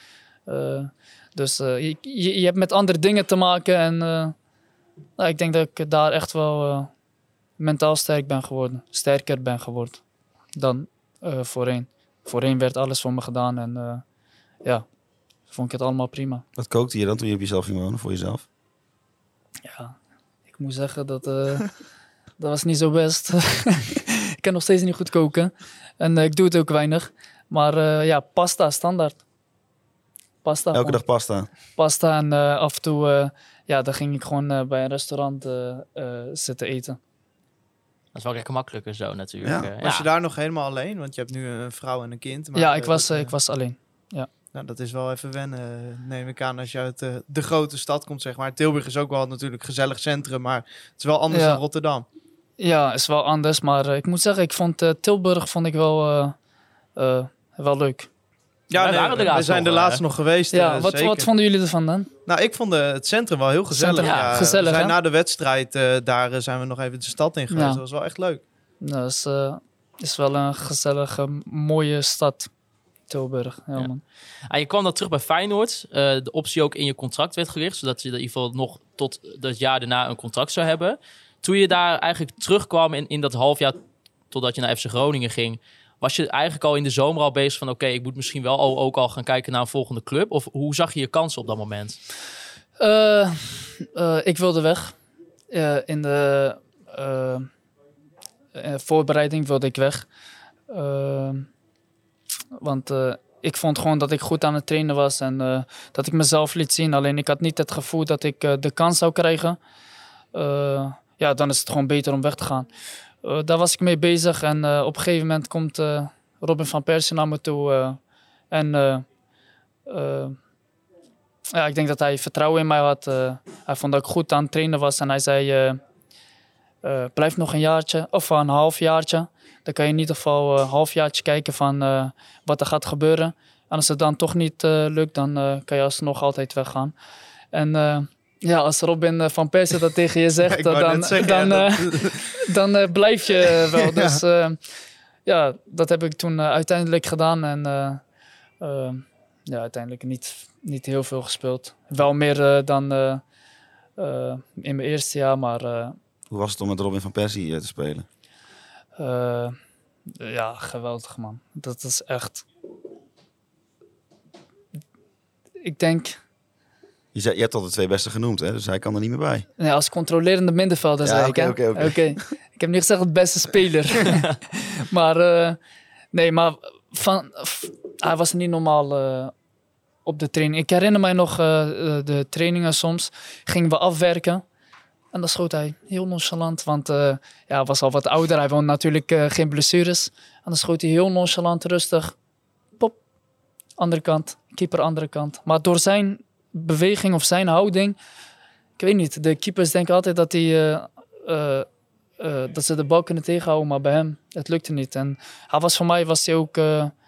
Speaker 6: dus je hebt met andere dingen te maken. En ik denk dat ik daar echt wel mentaal sterker ben geworden dan voorheen. Voorheen werd alles voor me gedaan en vond ik het allemaal prima.
Speaker 7: Wat kookte je dan toen je op jezelf ging wonen, voor jezelf?
Speaker 6: Ja, ik moet zeggen dat dat was niet zo best. Ik kan nog steeds niet goed koken en ik doe het ook weinig. Maar pasta, standaard. Pasta.
Speaker 7: Elke dag pasta?
Speaker 6: Pasta en af en toe dan ging ik gewoon bij een restaurant zitten eten.
Speaker 4: Dat is wel lekker makkelijker zo natuurlijk.
Speaker 5: Ja. Was je daar nog helemaal alleen? Want je hebt nu een vrouw en een kind. Maar
Speaker 6: ja, ik was alleen. Ja.
Speaker 5: Nou, dat is wel even wennen, neem ik aan, als je uit de grote stad komt, zeg maar. Tilburg is ook wel natuurlijk een gezellig centrum, maar het is wel anders dan Rotterdam. Ja,
Speaker 6: is wel anders, maar ik moet zeggen, ik vond Tilburg wel leuk.
Speaker 5: Ja, we zijn er laatst nog geweest.
Speaker 6: Ja, wat vonden jullie ervan dan?
Speaker 5: Nou, ik vond het centrum wel heel gezellig.
Speaker 6: Gezellig,
Speaker 5: we zijn na de wedstrijd, daar zijn we nog even de stad in geweest. Dat was wel echt leuk.
Speaker 6: Dat is wel een gezellige, mooie stad, Tilburg. Ja, man.
Speaker 4: Je kwam dan terug bij Feyenoord. De optie ook in je contract werd gericht, zodat je in ieder geval nog tot dat jaar daarna een contract zou hebben. Toen je daar eigenlijk terugkwam in dat halfjaar totdat je naar FC Groningen ging, was je eigenlijk al in de zomer al bezig van oké, ik moet misschien wel ook al gaan kijken naar een volgende club? Of hoe zag je je kansen op dat moment?
Speaker 6: Ik wilde weg. In de voorbereiding wilde ik weg. Want ik vond gewoon dat ik goed aan het trainen was en dat ik mezelf liet zien. Alleen ik had niet het gevoel dat ik de kans zou krijgen. Dan is het gewoon beter om weg te gaan. Daar was ik mee bezig en op een gegeven moment komt Robin van Persie naar me toe. Ik denk dat hij vertrouwen in mij had. Hij vond dat ik goed aan het trainen was en hij zei, blijf nog een jaartje of een halfjaartje. Dan kan je in ieder geval een halfjaartje kijken van wat er gaat gebeuren. En als het dan toch niet lukt, dan kan je alsnog altijd weggaan. En als Robin van Persie dat tegen je zegt, dan blijf je wel. Dus dat heb ik toen uiteindelijk gedaan. En uiteindelijk niet heel veel gespeeld. Wel meer dan in mijn eerste jaar, maar...
Speaker 7: Hoe was het om met Robin van Persie te spelen?
Speaker 6: Geweldig, man. Dat is echt... ik denk...
Speaker 7: Je hebt al de 2 beste genoemd, hè? Dus hij kan er niet meer bij.
Speaker 6: Nee, als controlerende middenvelder zei ik. Oké. Ik heb niet gezegd het beste speler. Maar hij was niet normaal op de training. Ik herinner mij nog de trainingen soms. Gingen we afwerken. En dan schoot hij heel nonchalant. Want hij was al wat ouder. Hij woont natuurlijk geen blessures. En dan schoot hij heel nonchalant, rustig. Pop. Andere kant. Keeper andere kant. Maar door zijn beweging of zijn houding... Ik weet niet. De keepers denken altijd dat dat ze de bal kunnen tegenhouden. Maar bij hem, het lukte niet. En voor mij was hij ook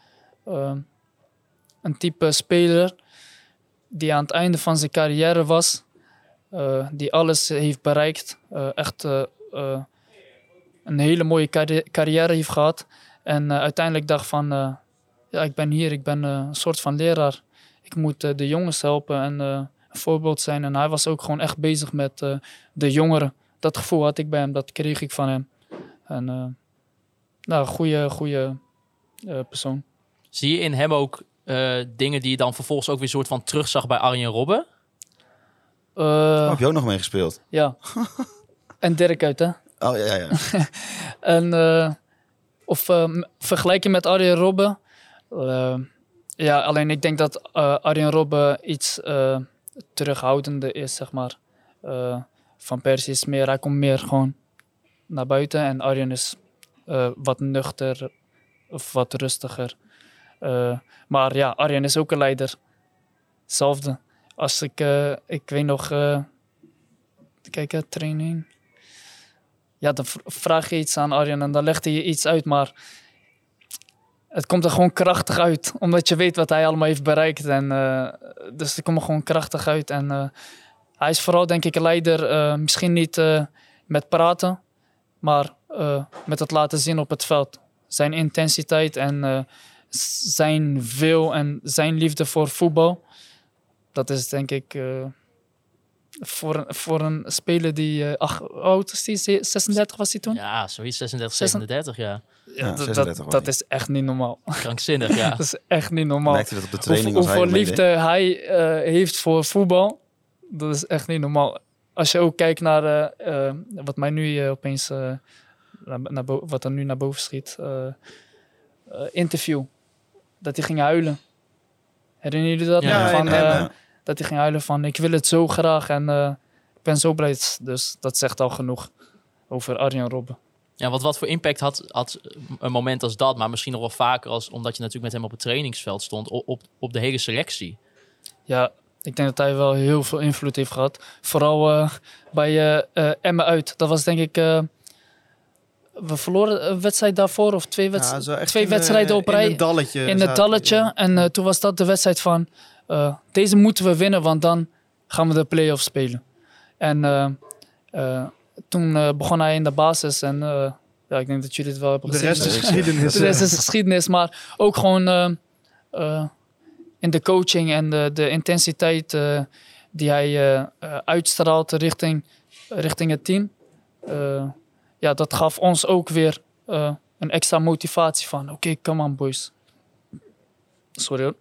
Speaker 6: een type speler... die aan het einde van zijn carrière was... die alles heeft bereikt. Echt een hele mooie carrière heeft gehad. En uiteindelijk dacht van... ik ben hier, ik ben een soort van leraar. Ik moet de jongens helpen en een voorbeeld zijn. En hij was ook gewoon echt bezig met de jongeren. Dat gevoel had ik bij hem, dat kreeg ik van hem. En een goede persoon.
Speaker 4: Zie je in hem ook dingen die je dan vervolgens ook weer soort van terugzag bij Arjen Robben?
Speaker 7: Heb je ook nog mee gespeeld?
Speaker 6: Ja. En Dirk uit, hè?
Speaker 7: Oh, ja.
Speaker 6: En vergelijken met Arjen Robben. Alleen ik denk dat Arjen Robben iets terughoudender is, zeg maar. Van Persie is meer, hij komt meer gewoon naar buiten. En Arjen is wat nuchter of wat rustiger. Maar ja, Arjen is ook een leider. Hetzelfde. Als ik weet nog, training. Ja, dan vraag je iets aan Arjen en dan legt hij je iets uit, maar het komt er gewoon krachtig uit. Omdat je weet wat hij allemaal heeft bereikt. En, dus het komt er gewoon krachtig uit. En hij is vooral, denk ik, een leider. Misschien niet met praten, maar met het laten zien op het veld. Zijn intensiteit en zijn wil en zijn liefde voor voetbal. Dat is denk ik voor een speler die... oud is die? 36 was hij toen?
Speaker 4: Ja, zoiets 36, 37, ja.
Speaker 6: Dat is echt niet normaal.
Speaker 4: Krankzinnig, ja.
Speaker 6: Dat is echt niet normaal.
Speaker 7: Merkte dat op de training
Speaker 6: hoeveel liefde hij heeft voor voetbal, dat is echt niet normaal. Als je ook kijkt naar wat mij nu opeens... wat er nu naar boven schiet. Interview. Dat hij ging huilen. Herinneren jullie dat?
Speaker 4: Ja,
Speaker 6: dat hij ging huilen van ik wil het zo graag en ik ben zo blij. Dus dat zegt al genoeg over Arjen Robben.
Speaker 4: Ja, wat voor impact had een moment als dat, maar misschien nog wel vaker omdat je natuurlijk met hem op het trainingsveld stond, op de hele selectie?
Speaker 6: Ja, ik denk dat hij wel heel veel invloed heeft gehad. Vooral bij Emmen uit. Dat was denk ik... we verloren een wedstrijd daarvoor of twee wedstrijden op rij. In het dalletje. En toen was dat de wedstrijd van... deze moeten we winnen, want dan gaan we de play-offs spelen. En toen begon hij in de basis. En ik denk dat jullie het wel hebben gezien.
Speaker 5: De rest is geschiedenis.
Speaker 6: De rest is geschiedenis, maar ook gewoon in de coaching en de intensiteit die hij uitstraalt richting het team. Dat gaf ons ook weer een extra motivatie van... Oké, come on boys. Sorry hoor.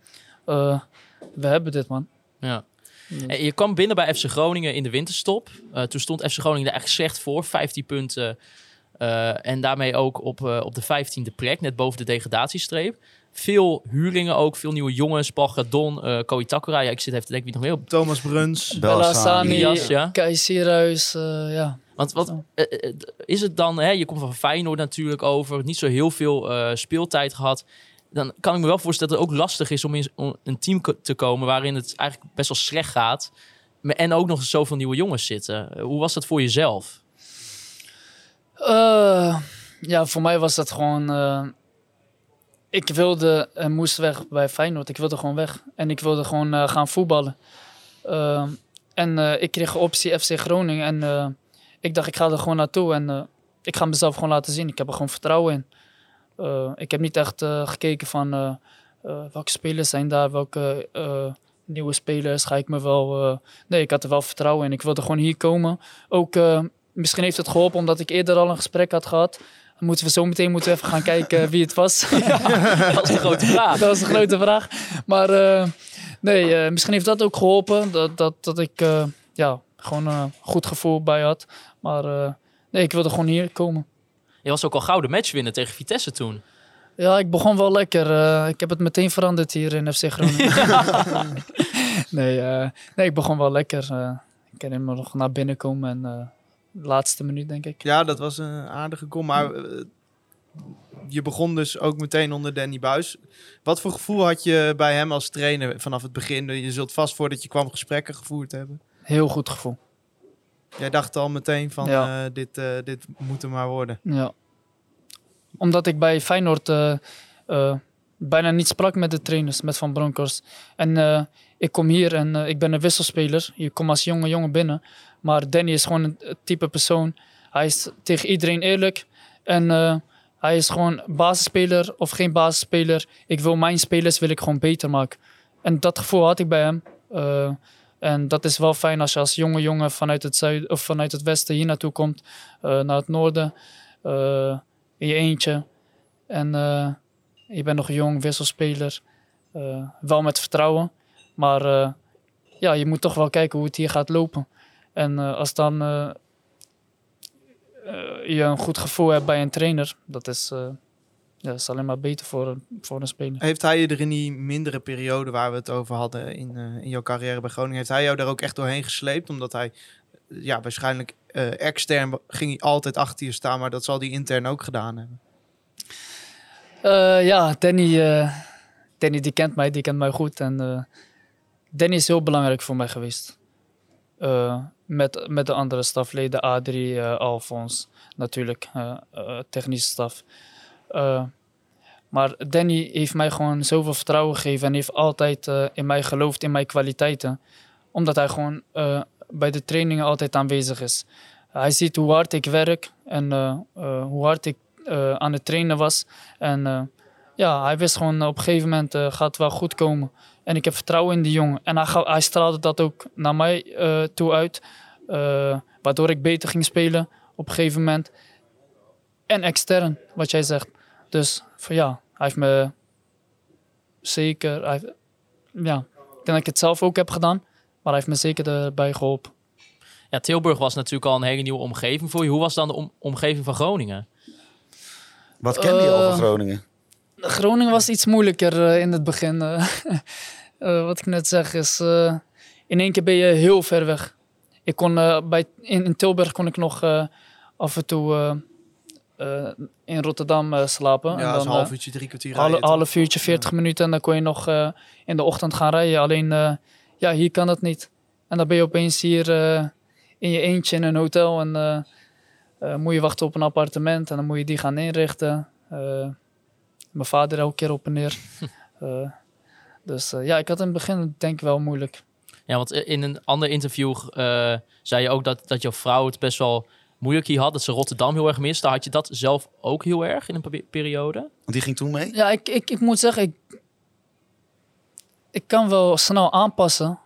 Speaker 6: We hebben dit, man.
Speaker 4: Ja. En je kwam binnen bij FC Groningen in de winterstop. Toen stond FC Groningen er echt slecht voor. 15 punten. En daarmee ook op de 15e plek. Net boven de degradatiestreep. Veel huurlingen ook. Veel nieuwe jongens. Paul Gadon, Koei Takura. Ja, ik zit even te denken wie nog meer op.
Speaker 5: Thomas Bruns.
Speaker 6: Bella Sani. Kai Sierhuis. Ja.
Speaker 4: Want wat is het dan? Hè? Je komt van Feyenoord natuurlijk over. Niet zo heel veel speeltijd gehad. Dan kan ik me wel voorstellen dat het ook lastig is om in een team te komen waarin het eigenlijk best wel slecht gaat. En ook nog zoveel nieuwe jongens zitten. Hoe was dat voor jezelf?
Speaker 6: Voor mij was dat gewoon... ik wilde en moest weg bij Feyenoord. Ik wilde gewoon weg. En ik wilde gewoon gaan voetballen. Ik kreeg een optie FC Groningen. En ik dacht, ik ga er gewoon naartoe. En ik ga mezelf gewoon laten zien. Ik heb er gewoon vertrouwen in. Ik heb niet echt gekeken van welke spelers zijn daar, welke nieuwe spelers ga ik me wel... nee, ik had er wel vertrouwen in. Ik wilde gewoon hier komen. Ook misschien heeft het geholpen omdat ik eerder al een gesprek had gehad. Dan moeten we zo meteen even gaan kijken wie het was.
Speaker 4: Dat was de grote vraag.
Speaker 6: Dat was de grote vraag. Maar Nee, misschien heeft dat ook geholpen. Dat ik gewoon een goed gevoel bij had. Maar nee, ik wilde gewoon hier komen.
Speaker 4: Je was ook al gouden matchwinner tegen Vitesse toen.
Speaker 6: Ja, ik begon wel lekker. Ik heb het meteen veranderd hier in FC Groningen. Nee, ik begon wel lekker. Ik kan helemaal nog naar binnen komen en de laatste minuut, denk ik.
Speaker 5: Ja, dat was een aardige goal. Maar je begon dus ook meteen onder Danny Buijs. Wat voor gevoel had je bij hem als trainer vanaf het begin? Je zult vast voordat je kwam gesprekken gevoerd hebben.
Speaker 6: Heel goed gevoel.
Speaker 5: Jij dacht al meteen van dit moet er maar worden.
Speaker 6: Ja. Omdat ik bij Feyenoord bijna niet sprak met de trainers, met Van Bronckhorst. En ik kom hier en ik ben een wisselspeler. Je komt als jonge jongen binnen. Maar Danny is gewoon een type persoon. Hij is tegen iedereen eerlijk. En hij is gewoon basisspeler of geen basisspeler. Ik wil mijn spelers gewoon beter maken. En dat gevoel had ik bij hem. En dat is wel fijn als je als jonge jongen vanuit het zuiden of vanuit het westen hier naartoe komt. Naar het noorden. In je eentje. En je bent nog jong, wisselspeler. Wel met vertrouwen. Maar je moet toch wel kijken hoe het hier gaat lopen. En als dan je een goed gevoel hebt bij een trainer, dat is alleen maar beter voor een speler.
Speaker 5: Heeft hij je er in die mindere periode waar we het over hadden in jouw carrière bij Groningen, heeft hij jou daar ook echt doorheen gesleept? Omdat hij, waarschijnlijk extern ging hij altijd achter je staan, maar dat zal hij intern ook gedaan hebben. Danny
Speaker 6: die kent mij goed. En Danny is heel belangrijk voor mij geweest. Met de andere stafleden, Adrie, Alfons, natuurlijk, technische staf. Maar Danny heeft mij gewoon zoveel vertrouwen gegeven en heeft altijd in mij geloofd, in mijn kwaliteiten. Omdat hij gewoon bij de trainingen altijd aanwezig is. Hij ziet hoe hard ik werk en hoe hard ik aan het trainen was. En hij wist gewoon op een gegeven moment gaat het wel goed komen. En ik heb vertrouwen in die jongen. En hij straalde dat ook naar mij toe uit. Waardoor ik beter ging spelen op een gegeven moment. En extern, wat jij zegt. Dus hij heeft me zeker... ik denk dat ik het zelf ook heb gedaan. Maar hij heeft me zeker erbij geholpen.
Speaker 4: Ja, Tilburg was natuurlijk al een hele nieuwe omgeving voor je. Hoe was dan de omgeving van Groningen?
Speaker 7: Wat kende je al van Groningen?
Speaker 6: Groningen was iets moeilijker in het begin. Wat ik net zeg is... in één keer ben je heel ver weg. Ik kon, in Tilburg kon ik nog af en toe in Rotterdam slapen.
Speaker 5: Ja,
Speaker 6: en dan,
Speaker 5: dat is een half uurtje, 3 kwartier rijden.
Speaker 6: Half uurtje, 40 minuten. En dan kon je nog in de ochtend gaan rijden. Alleen, hier kan dat niet. En dan ben je opeens hier in je eentje in een hotel. En moet je wachten op een appartement. En dan moet je die gaan inrichten. Mijn vader elke keer op en neer. Dus ik had in het begin denk ik wel moeilijk.
Speaker 4: Ja, want in een ander interview zei je ook dat jouw vrouw het best wel moeilijk hier had. Dat ze Rotterdam heel erg miste. Had je dat zelf ook heel erg in een periode?
Speaker 7: Want die ging toen mee?
Speaker 6: Ja, ik moet zeggen, ik kan wel snel aanpassen.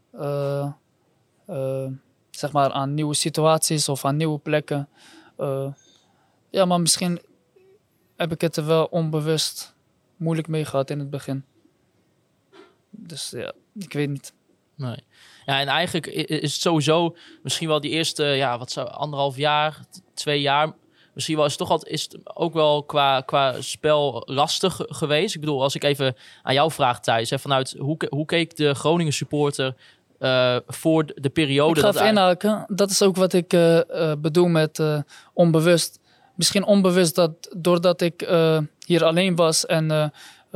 Speaker 6: Zeg maar aan nieuwe situaties of aan nieuwe plekken. Maar misschien heb ik het er wel onbewust moeilijk mee gehad in het begin. Dus ik weet niet.
Speaker 4: Nee. Ja, en eigenlijk is het sowieso misschien wel die eerste, 1,5 jaar, 2 jaar. Misschien wel is het ook wel qua spel lastig geweest. Ik bedoel, als ik even aan jou vraag, Thijs, vanuit hoe keek de Groningen supporter voor de periode?
Speaker 6: Ik ga even inhaken. Dat is ook wat ik bedoel met onbewust. Misschien onbewust dat doordat ik hier alleen was en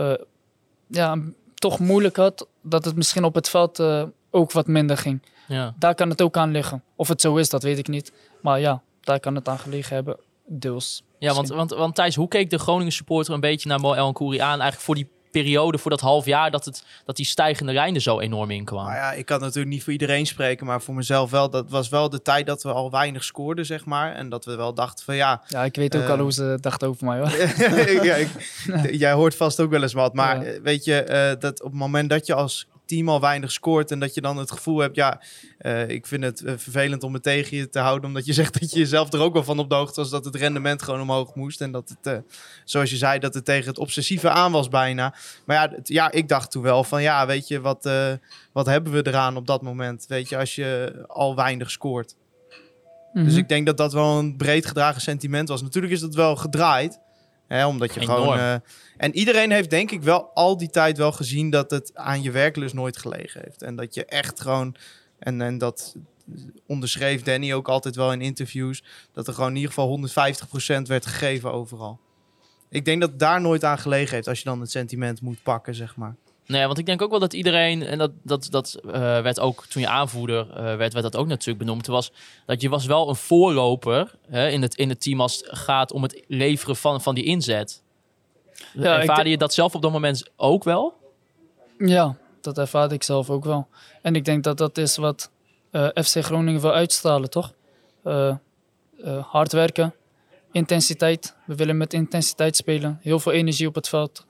Speaker 6: toch moeilijk had, dat het misschien op het veld ook wat minder ging.
Speaker 4: Ja.
Speaker 6: Daar kan het ook aan liggen. Of het zo is, dat weet ik niet. Maar daar kan het aan gelegen hebben, deels.
Speaker 4: Ja, want Thijs, hoe keek de Groningen supporter een beetje naar Mo El Ancoury aan? Eigenlijk voor die periode, voor dat half jaar, dat die stijgende lijn er zo enorm in kwam.
Speaker 5: Nou ja, ik kan natuurlijk niet voor iedereen spreken, maar voor mezelf wel. Dat was wel de tijd dat we al weinig scoorden, zeg maar. En dat we wel dachten van Ja,
Speaker 6: ik weet ook al hoe ze dachten over mij, hoor.
Speaker 5: Jij hoort vast ook wel eens wat. Maar weet je, dat op het moment dat je als team al weinig scoort en dat je dan het gevoel hebt, ik vind het vervelend om het tegen je te houden, omdat je zegt dat je jezelf er ook wel van op de hoogte was dat het rendement gewoon omhoog moest en dat het, zoals je zei, dat het tegen het obsessieve aan was bijna. Maar ik dacht toen wel van, weet je, wat hebben we eraan op dat moment, weet je, als je al weinig scoort. Mm-hmm. Dus ik denk dat dat wel een breed gedragen sentiment was. Natuurlijk is dat wel gedraaid. Omdat je gewoon... en iedereen heeft denk ik wel al die tijd wel gezien dat het aan je werklust nooit gelegen heeft. En dat je echt gewoon... En dat onderschreef Danny ook altijd wel in interviews. Dat er gewoon in ieder geval 150% werd gegeven overal. Ik denk dat het daar nooit aan gelegen heeft als je dan het sentiment moet pakken, zeg maar.
Speaker 4: Nee, want ik denk ook wel dat iedereen, en dat werd ook toen je aanvoerder werd dat ook natuurlijk benoemd, dat je was wel een voorloper in het team als het gaat om het leveren van die inzet. Ja, ervaarde je dat zelf op dat moment ook wel?
Speaker 6: Ja, dat ervaarde ik zelf ook wel. En ik denk dat dat is wat FC Groningen wil uitstralen, toch? Hard werken, intensiteit. We willen met intensiteit spelen. Heel veel energie op het veld.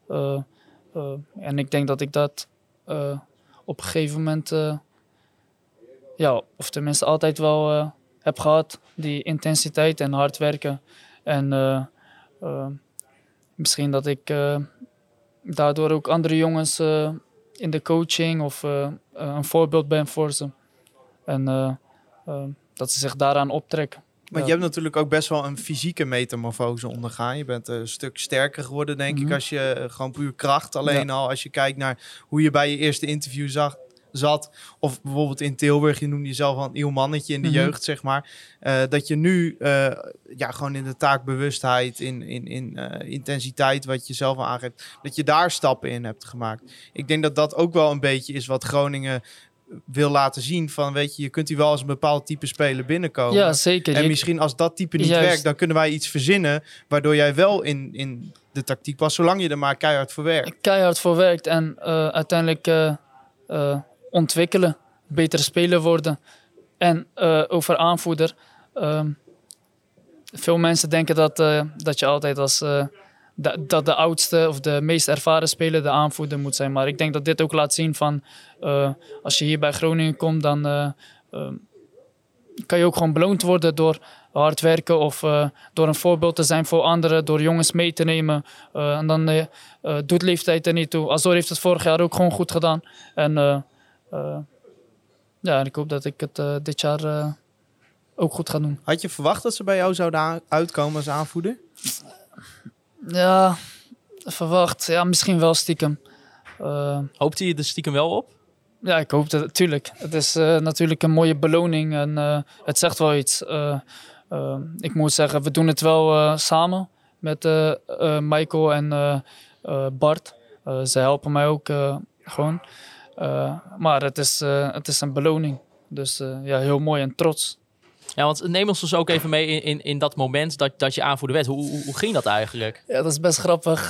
Speaker 6: En ik denk dat ik dat op een gegeven moment, of tenminste altijd wel heb gehad. Die intensiteit en hard werken. En misschien dat ik daardoor ook andere jongens in de coaching of een voorbeeld ben voor ze. En dat ze zich daaraan optrekken.
Speaker 5: Maar je hebt natuurlijk ook best wel een fysieke metamorfose ondergaan. Je bent een stuk sterker geworden, denk ik, als je gewoon puur kracht alleen al. Als je kijkt naar hoe je bij je eerste interview zat. Of bijvoorbeeld in Tilburg, je noemde jezelf al een nieuw mannetje in de jeugd, zeg maar. Dat je nu gewoon in de taakbewustheid, in intensiteit, wat je zelf al aangeeft, dat je daar stappen in hebt gemaakt. Ik denk dat dat ook wel een beetje is wat Groningen wil laten zien van, weet je kunt hier wel als een bepaald type speler binnenkomen.
Speaker 6: Ja, zeker.
Speaker 5: En misschien als dat type niet werkt, dan kunnen wij iets verzinnen waardoor jij wel in de tactiek past, zolang je er maar keihard voor werkt.
Speaker 6: Keihard voor werkt en uiteindelijk ontwikkelen, betere speler worden. En over aanvoerder. Veel mensen denken dat je altijd als dat de oudste of de meest ervaren speler de aanvoerder moet zijn. Maar ik denk dat dit ook laat zien van als je hier bij Groningen komt, dan kan je ook gewoon beloond worden door hard werken of door een voorbeeld te zijn voor anderen, door jongens mee te nemen. En dan doet leeftijd er niet toe. Azor heeft het vorig jaar ook gewoon goed gedaan. En ik hoop dat ik het dit jaar ook goed ga doen.
Speaker 5: Had je verwacht dat ze bij jou zouden uitkomen als aanvoerder?
Speaker 6: Ja, verwacht. Ja, misschien wel stiekem.
Speaker 4: Hoopte je er stiekem wel op?
Speaker 6: Ja, ik hoop het natuurlijk. Het is natuurlijk een mooie beloning en het zegt wel iets. Ik moet zeggen, we doen het wel samen met Michael en Bart. Ze helpen mij ook gewoon. Maar het is een beloning. Dus heel mooi en trots.
Speaker 4: Ja, want neem ons dus ook even mee in dat moment dat je aanvoerder werd. Hoe ging dat eigenlijk?
Speaker 6: Ja, dat is best grappig.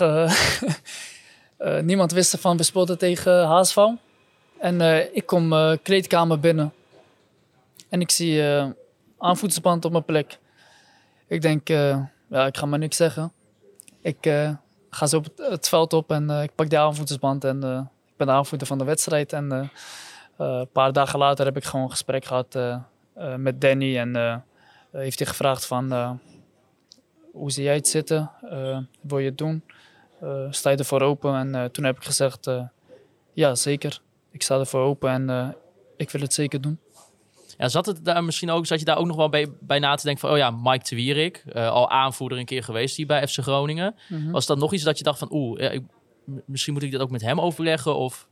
Speaker 6: Niemand wist ervan. We speelden tegen HSV. En ik kom kleedkamer binnen. En ik zie aanvoerdersband op mijn plek. Ik denk, ik ga maar niks zeggen. Ik ga zo op het veld op en ik pak die aanvoerdersband. En ik ben de aanvoerder van de wedstrijd. En een paar dagen later heb ik gewoon een gesprek gehad met Danny. En heeft hij gevraagd van, hoe zie jij het zitten? Wil je het doen? Sta je ervoor open? En toen heb ik gezegd, ja zeker. Ik sta ervoor open en ik wil het zeker doen.
Speaker 4: Ja, zat je daar ook nog wel bij na te denken van, Mike de Wierik, al aanvoerder een keer geweest hier bij FC Groningen. Mm-hmm. Was dat nog iets dat je dacht van, misschien moet ik dit ook met hem overleggen? Of?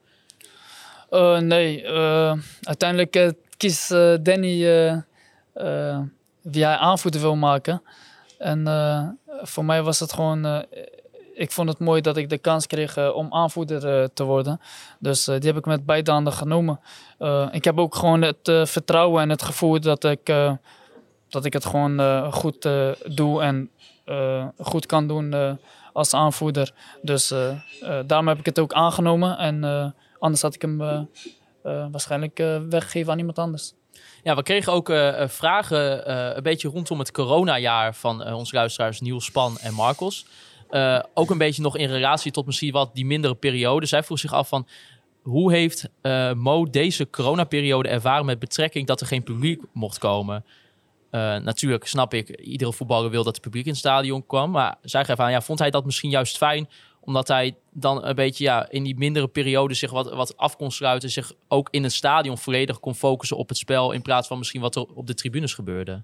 Speaker 6: Nee, uiteindelijk kiest Danny wie hij aanvoerder wil maken. En voor mij was het gewoon... ik vond het mooi dat ik de kans kreeg om aanvoerder te worden. Dus die heb ik met beide handen genomen. Ik heb ook gewoon het vertrouwen en het gevoel dat ik het gewoon goed doe en goed kan doen als aanvoerder. Dus daarom heb ik het ook aangenomen. En anders had ik hem waarschijnlijk weggegeven aan iemand anders.
Speaker 4: Ja, we kregen ook vragen een beetje rondom het coronajaar van onze luisteraars Niels Span en Marcos. Ook een beetje nog in relatie tot misschien wat die mindere periode. Zij vroeg zich af van, hoe heeft Mo deze coronaperiode ervaren met betrekking dat er geen publiek mocht komen? Natuurlijk snap ik, iedere voetballer wil dat het publiek in het stadion kwam. Maar zij geeft aan, vond hij dat misschien juist fijn, omdat hij dan een beetje in die mindere periode zich wat af kon sluiten, zich ook in het stadion volledig kon focussen op het spel, in plaats van misschien wat er op de tribunes gebeurde?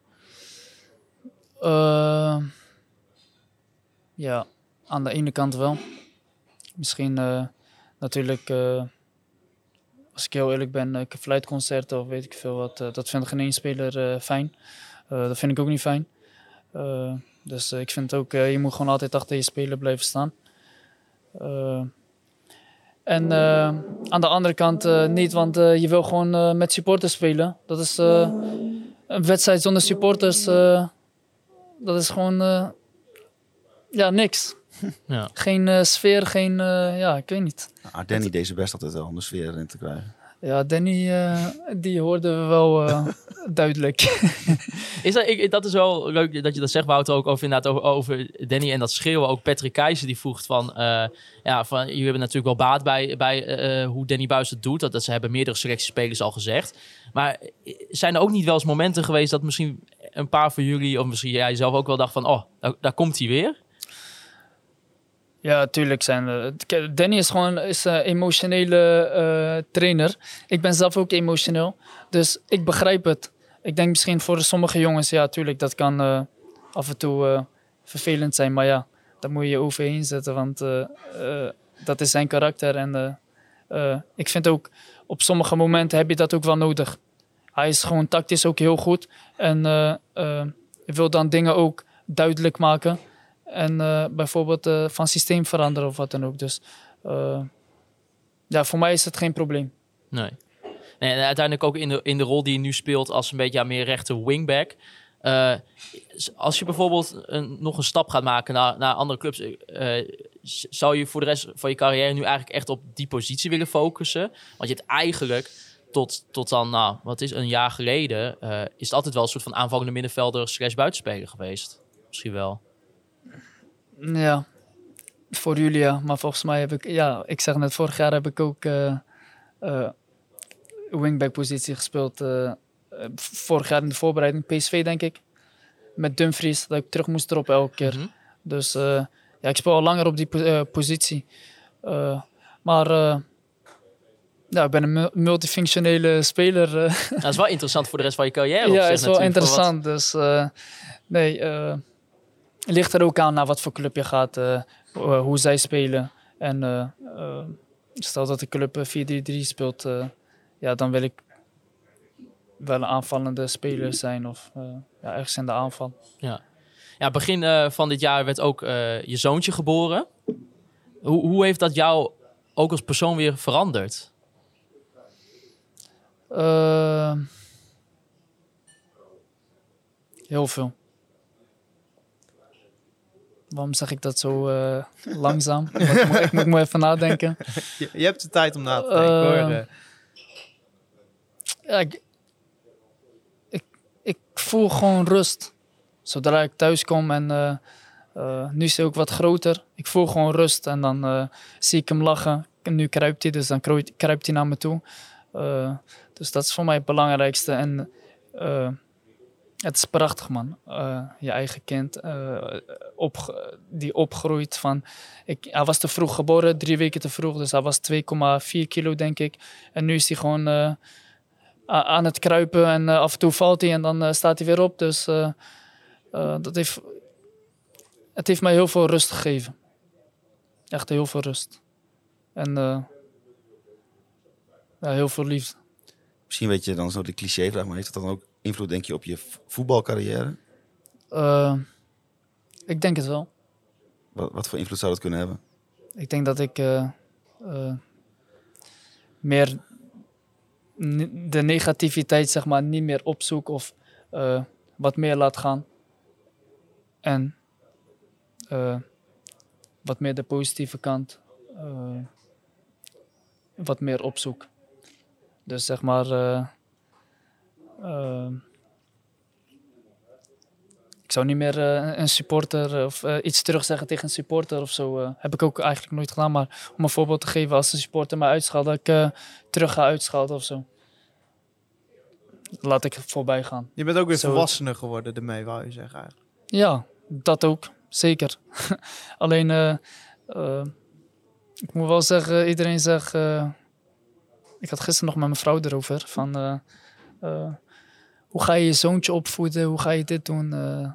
Speaker 6: Ja, aan de ene kant wel. Misschien natuurlijk, als ik heel eerlijk ben, fluitconcerten of weet ik veel wat, dat vindt geen één speler fijn. Dat vind ik ook niet fijn. Dus ik vind ook, je moet gewoon altijd achter je speler blijven staan. En aan de andere kant niet, want je wil gewoon met supporters spelen. Dat is een wedstrijd zonder supporters, dat is gewoon niks.
Speaker 4: Ja.
Speaker 6: Geen sfeer, geen, ik weet niet.
Speaker 7: Danny deed zijn best altijd wel om de sfeer erin te krijgen.
Speaker 6: Ja, Danny, die hoorden we wel duidelijk.
Speaker 4: Dat is wel leuk dat je dat zegt, Wouter, ook over Danny en dat schreeuwen. Ook Patrick Keizer die voegt van jullie hebben natuurlijk wel baat bij hoe Danny Buijs het doet. Dat ze hebben meerdere selectiespelers al gezegd. Maar zijn er ook niet wel eens momenten geweest dat misschien een paar van jullie, of misschien jij zelf ook wel dacht van, daar komt hij weer?
Speaker 6: Ja, tuurlijk zijn er. Danny is gewoon een emotionele trainer. Ik ben zelf ook emotioneel. Dus ik begrijp het. Ik denk misschien voor sommige jongens, ja, tuurlijk, dat kan af en toe vervelend zijn. Maar ja, daar moet je overheen zetten, want dat is zijn karakter. En ik vind ook, op sommige momenten heb je dat ook wel nodig. Hij is gewoon tactisch ook heel goed. En wil dan dingen ook duidelijk maken. En bijvoorbeeld van systeem veranderen of wat dan ook. Dus voor mij is het geen probleem.
Speaker 4: Nee, en uiteindelijk ook in de rol die je nu speelt als een beetje meer rechter wingback. Als je bijvoorbeeld nog een stap gaat maken naar andere clubs, zou je voor de rest van je carrière nu eigenlijk echt op die positie willen focussen? Want je hebt eigenlijk tot dan, een jaar geleden, is het altijd wel een soort van aanvallende middenvelder / buitenspeler geweest. Misschien wel.
Speaker 6: Ja, voor jullie ja. Maar volgens mij heb ik zeg net, vorig jaar heb ik ook wingback positie gespeeld. Vorig jaar in de voorbereiding PSV, denk ik. Met Dumfries, dat ik terug moest droppen elke keer. Mm-hmm. Dus ik speel al langer op die positie. Ik ben een multifunctionele speler.
Speaker 4: Dat is wel interessant voor de rest van je carrière.
Speaker 6: Ja, is wel interessant. Dus het ligt er ook aan naar wat voor club je gaat, hoe zij spelen. En stel dat de club 4-3-3 speelt, dan wil ik wel een aanvallende speler zijn of ergens in de aanval.
Speaker 4: Ja, begin van dit jaar werd ook je zoontje geboren. Hoe heeft dat jou ook als persoon weer veranderd?
Speaker 6: Heel veel. Waarom zeg ik dat zo langzaam? Ik moet me even nadenken.
Speaker 5: Je hebt de tijd om na te denken.
Speaker 6: Ik voel gewoon rust. Zodra ik thuis kom en nu is hij ook wat groter. Ik voel gewoon rust en dan zie ik hem lachen. En nu kruipt hij, dus dan kruipt hij naar me toe. Dus dat is voor mij het belangrijkste. En het is prachtig, man. Je eigen kind die opgroeit van... Hij was te vroeg geboren, 3 weken te vroeg. Dus hij was 2,4 kilo, denk ik. En nu is hij gewoon aan het kruipen. En af en toe valt hij en dan staat hij weer op. Dus het heeft mij heel veel rust gegeven. Echt heel veel rust. En heel veel liefde.
Speaker 7: Misschien weet je dan zo de clichévraag, maar heeft dat dan ook invloed, denk je, op je voetbalcarrière?
Speaker 6: Ik denk het wel.
Speaker 7: Wat voor invloed zou dat kunnen hebben?
Speaker 6: Ik denk dat ik meer de negativiteit, zeg maar, niet meer opzoek of wat meer laat gaan. En wat meer de positieve kant wat meer opzoek. Dus zeg maar... ik zou niet meer een supporter of iets terugzeggen tegen een supporter of zo. Heb ik ook eigenlijk nooit gedaan. Maar om een voorbeeld te geven, als een supporter mij uitschalt, dat ik terug ga uitschelden of zo. Laat ik voorbij gaan.
Speaker 5: Je bent ook weer volwassener geworden ermee, wou je zeggen eigenlijk.
Speaker 6: Ja, dat ook. Zeker. Alleen, ik moet wel zeggen, iedereen zegt... ik had gisteren nog met mijn vrouw erover. Van, hoe ga je je zoontje opvoeden? Hoe ga je dit doen?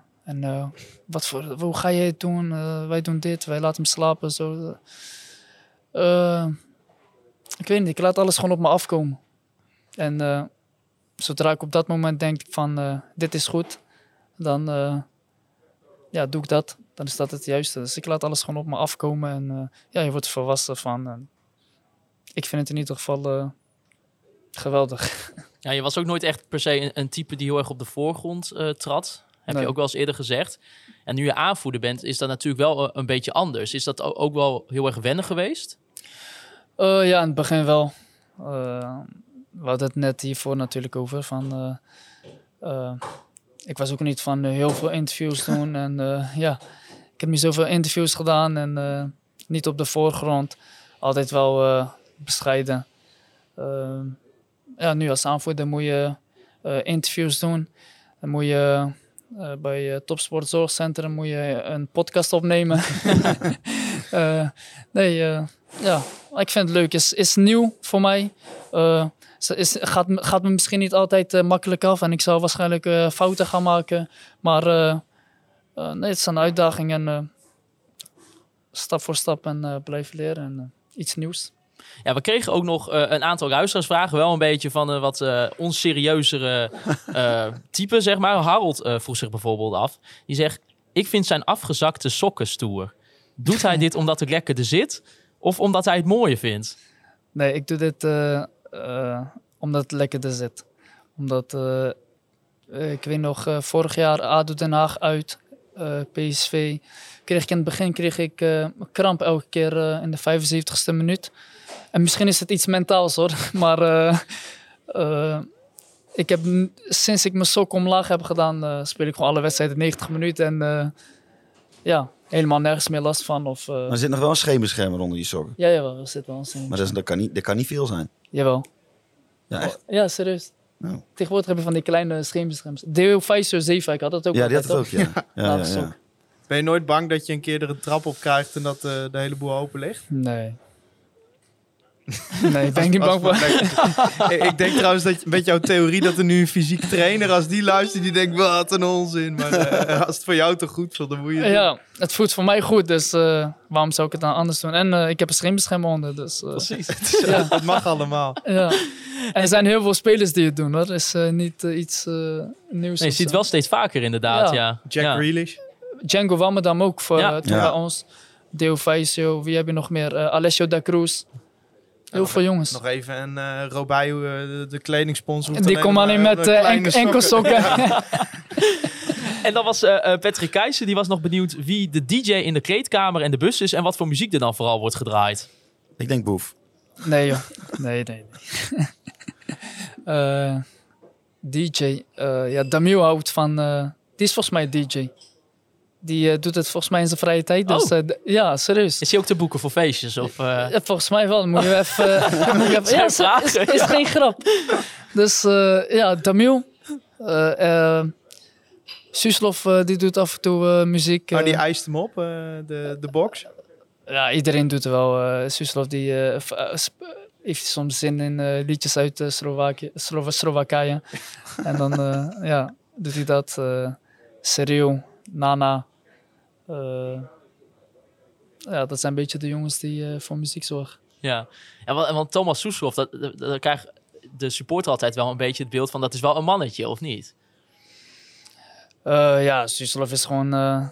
Speaker 6: Hoe ga je het doen? Wij doen dit, wij laten hem slapen. Zo. Ik weet niet, ik laat alles gewoon op me afkomen. En zodra ik op dat moment denk van dit is goed, dan doe ik dat. Dan is dat het juiste. Dus ik laat alles gewoon op me afkomen en je wordt er volwassen van. Ik vind het in ieder geval geweldig.
Speaker 4: Ja, je was ook nooit echt per se een type die heel erg op de voorgrond trad. Heb je ook wel eens eerder gezegd. En nu je aanvoerder bent, is dat natuurlijk wel een beetje anders. Is dat ook wel heel erg wennen geweest?
Speaker 6: Ja, in het begin wel. We hadden het net hiervoor natuurlijk over. Van, ik was ook niet van heel veel interviews doen. En ik heb niet zoveel interviews gedaan. En niet op de voorgrond. Altijd wel bescheiden. Nu als aanvoerder moet je interviews doen. Dan moet je bij Topsport Zorgcentrum moet je een podcast opnemen. Ik vind het leuk. Is nieuw voor mij. Gaat me misschien niet altijd makkelijk af. En ik zal waarschijnlijk fouten gaan maken. Maar het is een uitdaging. En stap voor stap en blijven leren. En iets nieuws.
Speaker 4: Ja, we kregen ook nog een aantal luisteraarsvragen. Wel een beetje van een wat onserieuzer type, zeg maar. Harold vroeg zich bijvoorbeeld af. Die zegt, ik vind zijn afgezakte sokken stoer. Doet hij dit omdat het lekkerder zit? Of omdat hij het mooier vindt?
Speaker 6: Nee, ik doe dit omdat het lekkerder zit. Omdat, ik weet nog, vorig jaar ADO Den Haag uit, PSV. In het begin kreeg ik kramp elke keer in de 75ste minuut. En misschien is het iets mentaals hoor. Maar ik heb, sinds ik mijn sok omlaag heb gedaan, speel ik gewoon alle wedstrijden 90 minuten. En helemaal nergens meer last van. Maar
Speaker 7: er zit nog wel een scheenbeschermer onder je sokken.
Speaker 6: Ja, jawel, er zit wel een scheenbeschermer.
Speaker 7: Maar dat kan niet veel zijn.
Speaker 6: Jawel.
Speaker 7: Ja, echt?
Speaker 6: Ja, serieus.
Speaker 7: Oh.
Speaker 6: Tegenwoordig heb je van die kleine scheenbeschermers. Deo 507, ik had dat ook.
Speaker 7: Ja, die had het ook, ja.
Speaker 6: Ja.
Speaker 5: Ben je nooit bang dat je een keer er een trap op krijgt en dat de hele boel open ligt?
Speaker 6: Nee. Nee, ik ben ik niet bang voor.
Speaker 5: Ik denk trouwens dat met jouw theorie dat er nu een fysiek trainer, als die luistert, die denkt, wat een onzin. Maar als het voor jou toch goed voelt, dan moet je het doen.
Speaker 6: Het voelt voor mij goed, dus waarom zou ik het dan anders doen? En ik heb een scheenbeschermer onder, dus...
Speaker 5: Precies, het mag allemaal.
Speaker 6: Ja. En er zijn heel veel spelers die het doen, hoor. Het is niet iets nieuws.
Speaker 4: Nee, je ziet het wel steeds vaker inderdaad, ja.
Speaker 5: Jack Grealish.
Speaker 6: Django Wammerdam ook, toen bij ons. Deo Faisio, wie heb je nog meer? Alessio da Cruz. Heel veel jongens.
Speaker 5: Nog even een Robijou, de kledingsponsor.
Speaker 6: Die komt alleen met enkelsokken.
Speaker 4: En dan was Patrick Keijsen, die was nog benieuwd wie de DJ in de kleedkamer en de bus is en wat voor muziek er dan vooral wordt gedraaid.
Speaker 7: Ik denk Boef.
Speaker 6: Nee joh, nee. DJ, Damiel houdt van, die is volgens mij DJ. Die doet het volgens mij in zijn vrije tijd. Dus, ja, serieus.
Speaker 4: Is hij ook te boeken voor feestjes? Of,
Speaker 6: Ja, volgens mij wel. Dan moet je even... is geen grap. Dus Damiel. Suslov, die doet af en toe muziek.
Speaker 5: Maar die eist hem op, de box?
Speaker 6: Ja, iedereen doet er wel. Suslov, die heeft soms zin in liedjes uit Slowakije. En dan doet hij dat. Serieus, Nana... dat zijn een beetje de jongens die voor muziek zorgen.
Speaker 4: Ja, want Thomas Suslov, daar krijgt de supporter altijd wel een beetje het beeld van, dat is wel een mannetje, of niet?
Speaker 6: Suslov is gewoon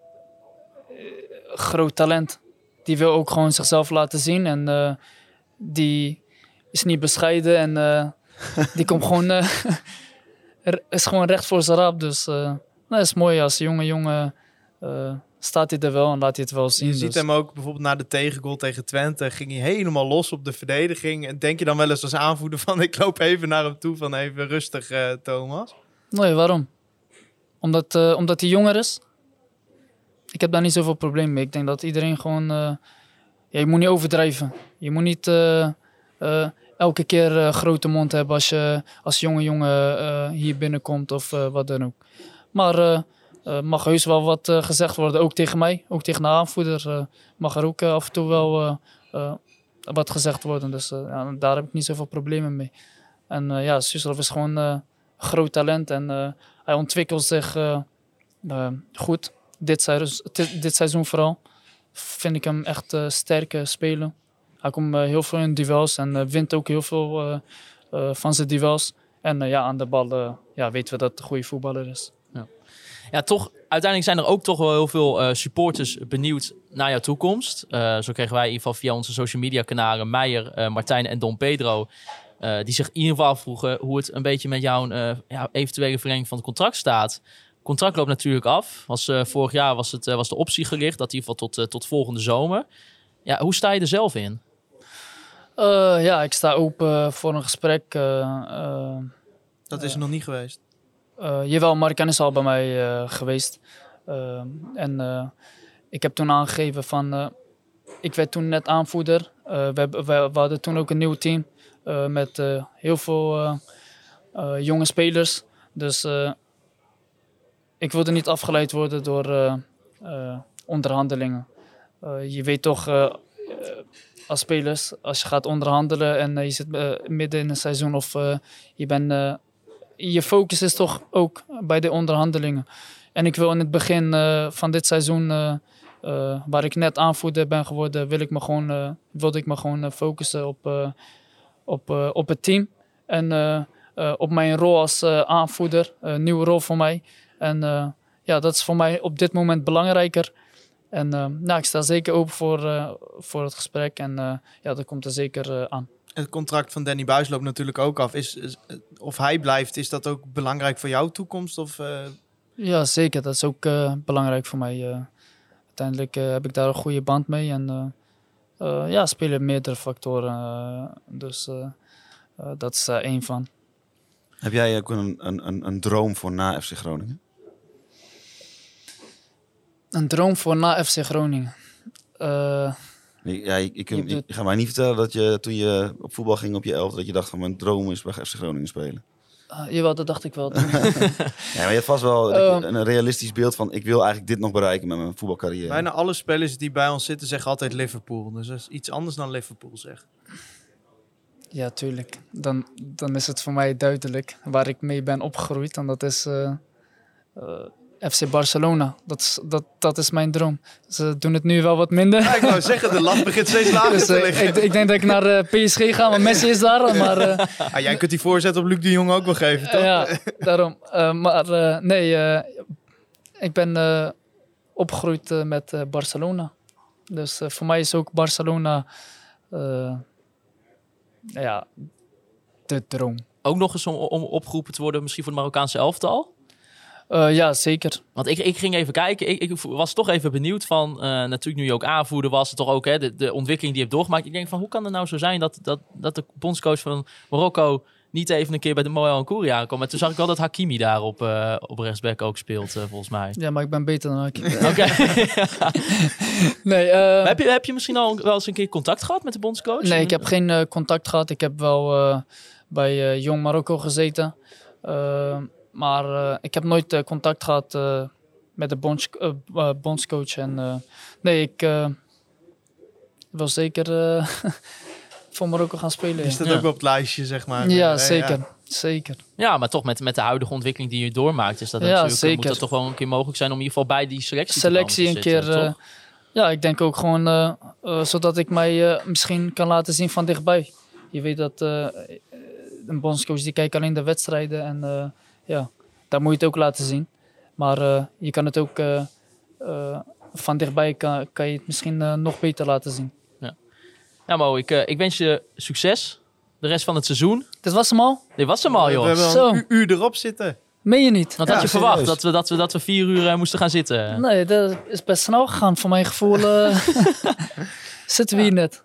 Speaker 6: groot talent. Die wil ook gewoon zichzelf laten zien en die is niet bescheiden en die komt gewoon is gewoon recht voor zijn rap. Dus dat is mooi als jonge staat hij er wel en laat hij het wel zien.
Speaker 5: Je ziet hem ook bijvoorbeeld na de tegengoal tegen Twente, ging hij helemaal los op de verdediging. En denk je dan wel eens als aanvoerder van, ik loop even naar hem toe van even rustig, Thomas?
Speaker 6: Nee, waarom? omdat hij jonger is. Ik heb daar niet zoveel probleem mee. Ik denk dat iedereen gewoon... je moet niet overdrijven. Je moet niet elke keer grote mond hebben als je als jonge jongen hier binnenkomt of wat dan ook. Maar mag heus wel wat gezegd worden, ook tegen mij. Ook tegen de aanvoerder mag er ook af en toe wel wat gezegd worden. Dus daar heb ik niet zoveel problemen mee. En Suslov is gewoon een groot talent en hij ontwikkelt zich goed. Dit seizoen vooral vind ik hem echt sterk spelen. Hij komt heel veel in duels en wint ook heel veel van zijn duels. En aan de bal weten we dat het een goede voetballer is.
Speaker 4: Ja, toch, uiteindelijk zijn er ook toch wel heel veel supporters benieuwd naar jouw toekomst. Zo kregen wij in ieder geval via onze social media kanalen Meijer, Martijn en Don Pedro. Die zich in ieder geval vroegen hoe het een beetje met jouw eventuele verlenging van het contract staat. Het contract loopt natuurlijk af. Vorig jaar was de optie gericht, dat in ieder geval tot volgende zomer. Ja, hoe sta je er zelf in?
Speaker 6: Ik sta open voor een gesprek.
Speaker 5: Dat is er nog niet geweest?
Speaker 6: Jawel, Mark is al bij mij geweest. Ik heb toen aangegeven van... ik werd toen net aanvoerder. We hadden toen ook een nieuw team. Met heel veel jonge spelers. Dus ik wilde niet afgeleid worden door onderhandelingen. Je weet toch... als spelers, als je gaat onderhandelen en je zit midden in een seizoen of je focus is toch ook bij de onderhandelingen. En ik wil in het begin van dit seizoen, waar ik net aanvoerder ben geworden, wilde ik me gewoon focussen op het team. En op mijn rol als aanvoerder, een nieuwe rol voor mij. En dat is voor mij op dit moment belangrijker. En ik sta zeker open voor het gesprek en dat komt er zeker aan.
Speaker 5: Het contract van Danny Buijs loopt natuurlijk ook af. Of hij blijft, is dat ook belangrijk voor jouw toekomst? Of,
Speaker 6: Ja, zeker. Dat is ook belangrijk voor mij. Uiteindelijk heb ik daar een goede band mee. En spelen meerdere factoren. Dus dat is één van.
Speaker 7: Heb jij ook een droom voor na FC Groningen?
Speaker 6: Een droom voor na FC Groningen?
Speaker 7: Ik ga mij niet vertellen dat je toen je op voetbal ging op je 11, dat je dacht van mijn droom is bij FC Groningen spelen.
Speaker 6: Jawel, dat dacht ik wel.
Speaker 7: Ja, maar je hebt vast wel een realistisch beeld van ik wil eigenlijk dit nog bereiken met mijn voetbalcarrière.
Speaker 5: Bijna alle spelers die bij ons zitten zeggen altijd Liverpool. Dus dat is iets anders dan Liverpool zegt.
Speaker 6: Ja, tuurlijk. Dan is het voor mij duidelijk waar ik mee ben opgegroeid. En dat is FC Barcelona. Dat is mijn droom. Ze doen het nu wel wat minder.
Speaker 5: Ja, ik wou zeggen, de lat begint steeds lager te liggen.
Speaker 6: Ik denk dat ik naar PSG ga, want Messi is daar. Maar,
Speaker 5: jij kunt die voorzet op Luc de Jong ook wel geven, toch?
Speaker 6: Ja, daarom. Ik ben opgegroeid met Barcelona. Dus voor mij is ook Barcelona de droom.
Speaker 4: Ook nog eens om opgeroepen te worden misschien voor het Marokkaanse elftal?
Speaker 6: Ja, zeker.
Speaker 4: Want ik ging even kijken. Ik was toch even benieuwd van... natuurlijk nu je ook aanvoerder was, toch ook de ontwikkeling die je hebt doorgemaakt. Ik denk van, hoe kan het nou zo zijn dat de bondscoach van Marokko niet even een keer bij de Moel Ancoury aankomt? Maar toen zag ik wel dat Hakimi daar op rechtsback ook speelt, volgens mij.
Speaker 6: Ja, maar ik ben beter dan Hakimi.
Speaker 4: Oké.
Speaker 6: Nee,
Speaker 4: heb je misschien al wel eens een keer contact gehad met de bondscoach?
Speaker 6: Nee, ik heb geen contact gehad. Ik heb wel bij Jong Marokko gezeten. Maar ik heb nooit contact gehad met de bondscoach. En ik wil zeker voor Marokko gaan spelen.
Speaker 5: Is dat ook wel op het lijstje, zeg maar?
Speaker 6: Ja, zeker. Ja. Zeker.
Speaker 4: Ja, maar toch met de huidige ontwikkeling die je doormaakt, is dat natuurlijk, moet dat toch wel een keer mogelijk zijn om in ieder geval bij die selectie
Speaker 6: een keer. Ik denk ook gewoon zodat ik mij misschien kan laten zien van dichtbij. Je weet dat een bondscoach die kijkt alleen de wedstrijden en daar moet je het ook laten zien. Maar je kan het ook van dichtbij kan je het misschien nog beter laten zien.
Speaker 4: Ja, Mo, ik wens je succes de rest van het seizoen.
Speaker 6: Dit was hem al?
Speaker 4: Dit was hem al, joh.
Speaker 5: We hebben al een uur erop zitten.
Speaker 6: Meen je niet?
Speaker 4: Wat had je verwacht? Dat we 4 uur moesten gaan zitten?
Speaker 6: Nee, dat is best snel gegaan. Voor mijn gevoel zitten we hier net.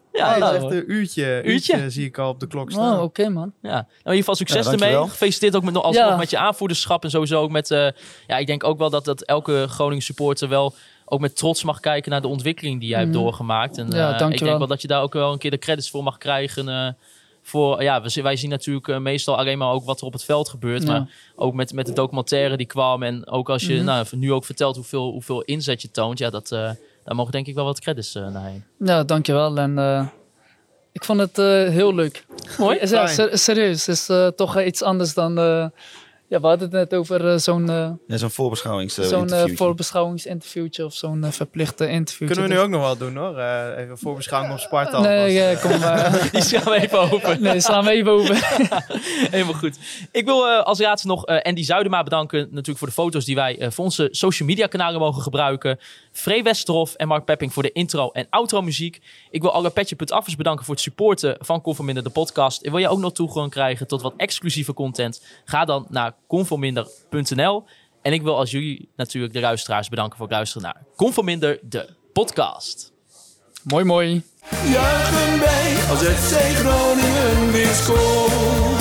Speaker 5: Ja, dat is echt een uurtje zie ik al op de klok staan.
Speaker 6: Oh, oké, man.
Speaker 4: Ja. Nou, in ieder geval succes ermee. Gefeliciteerd ook met je aanvoerderschap en sowieso ook met... ik denk ook wel dat elke Groningen supporter wel ook met trots mag kijken naar de ontwikkeling die jij hebt doorgemaakt. En ik denk wel dat je daar ook wel een keer de credits voor mag krijgen. Wij zien natuurlijk meestal alleen maar ook wat er op het veld gebeurt. Ja. Maar ook met de documentaire die kwam. En ook als je nu ook vertelt hoeveel inzet je toont. Ja, daar mogen denk ik wel wat credits naar heen.
Speaker 6: Ja, dankjewel. En ik vond het heel leuk.
Speaker 4: Mooi.
Speaker 6: Ja, serieus. Het is toch iets anders dan... we hadden het net over zo'n voorbeschouwingsinterviewtje of zo'n verplichte interview.
Speaker 5: Kunnen we nu ook nog wel doen, hoor? Even een voorbeschouwing op Sparta.
Speaker 6: Kom maar.
Speaker 4: Die slaan we even over.
Speaker 6: Nee, slaan we even over.
Speaker 4: Helemaal goed. Ik wil als laatste nog Andy Zuidema bedanken. Natuurlijk voor de foto's die wij voor onze social media kanalen mogen gebruiken. Free Westerhof en Mark Pepping voor de intro en outro muziek. Ik wil alle Petje.affers bedanken voor het supporten van Conforminder de podcast. En wil je ook nog toegang krijgen tot wat exclusieve content? Ga dan naar conforminder.nl. En ik wil als jullie natuurlijk de luisteraars bedanken voor het luisteren naar Conforminder de podcast.
Speaker 6: Mooi.
Speaker 1: Juichen wij als FC Groningen weer scoort.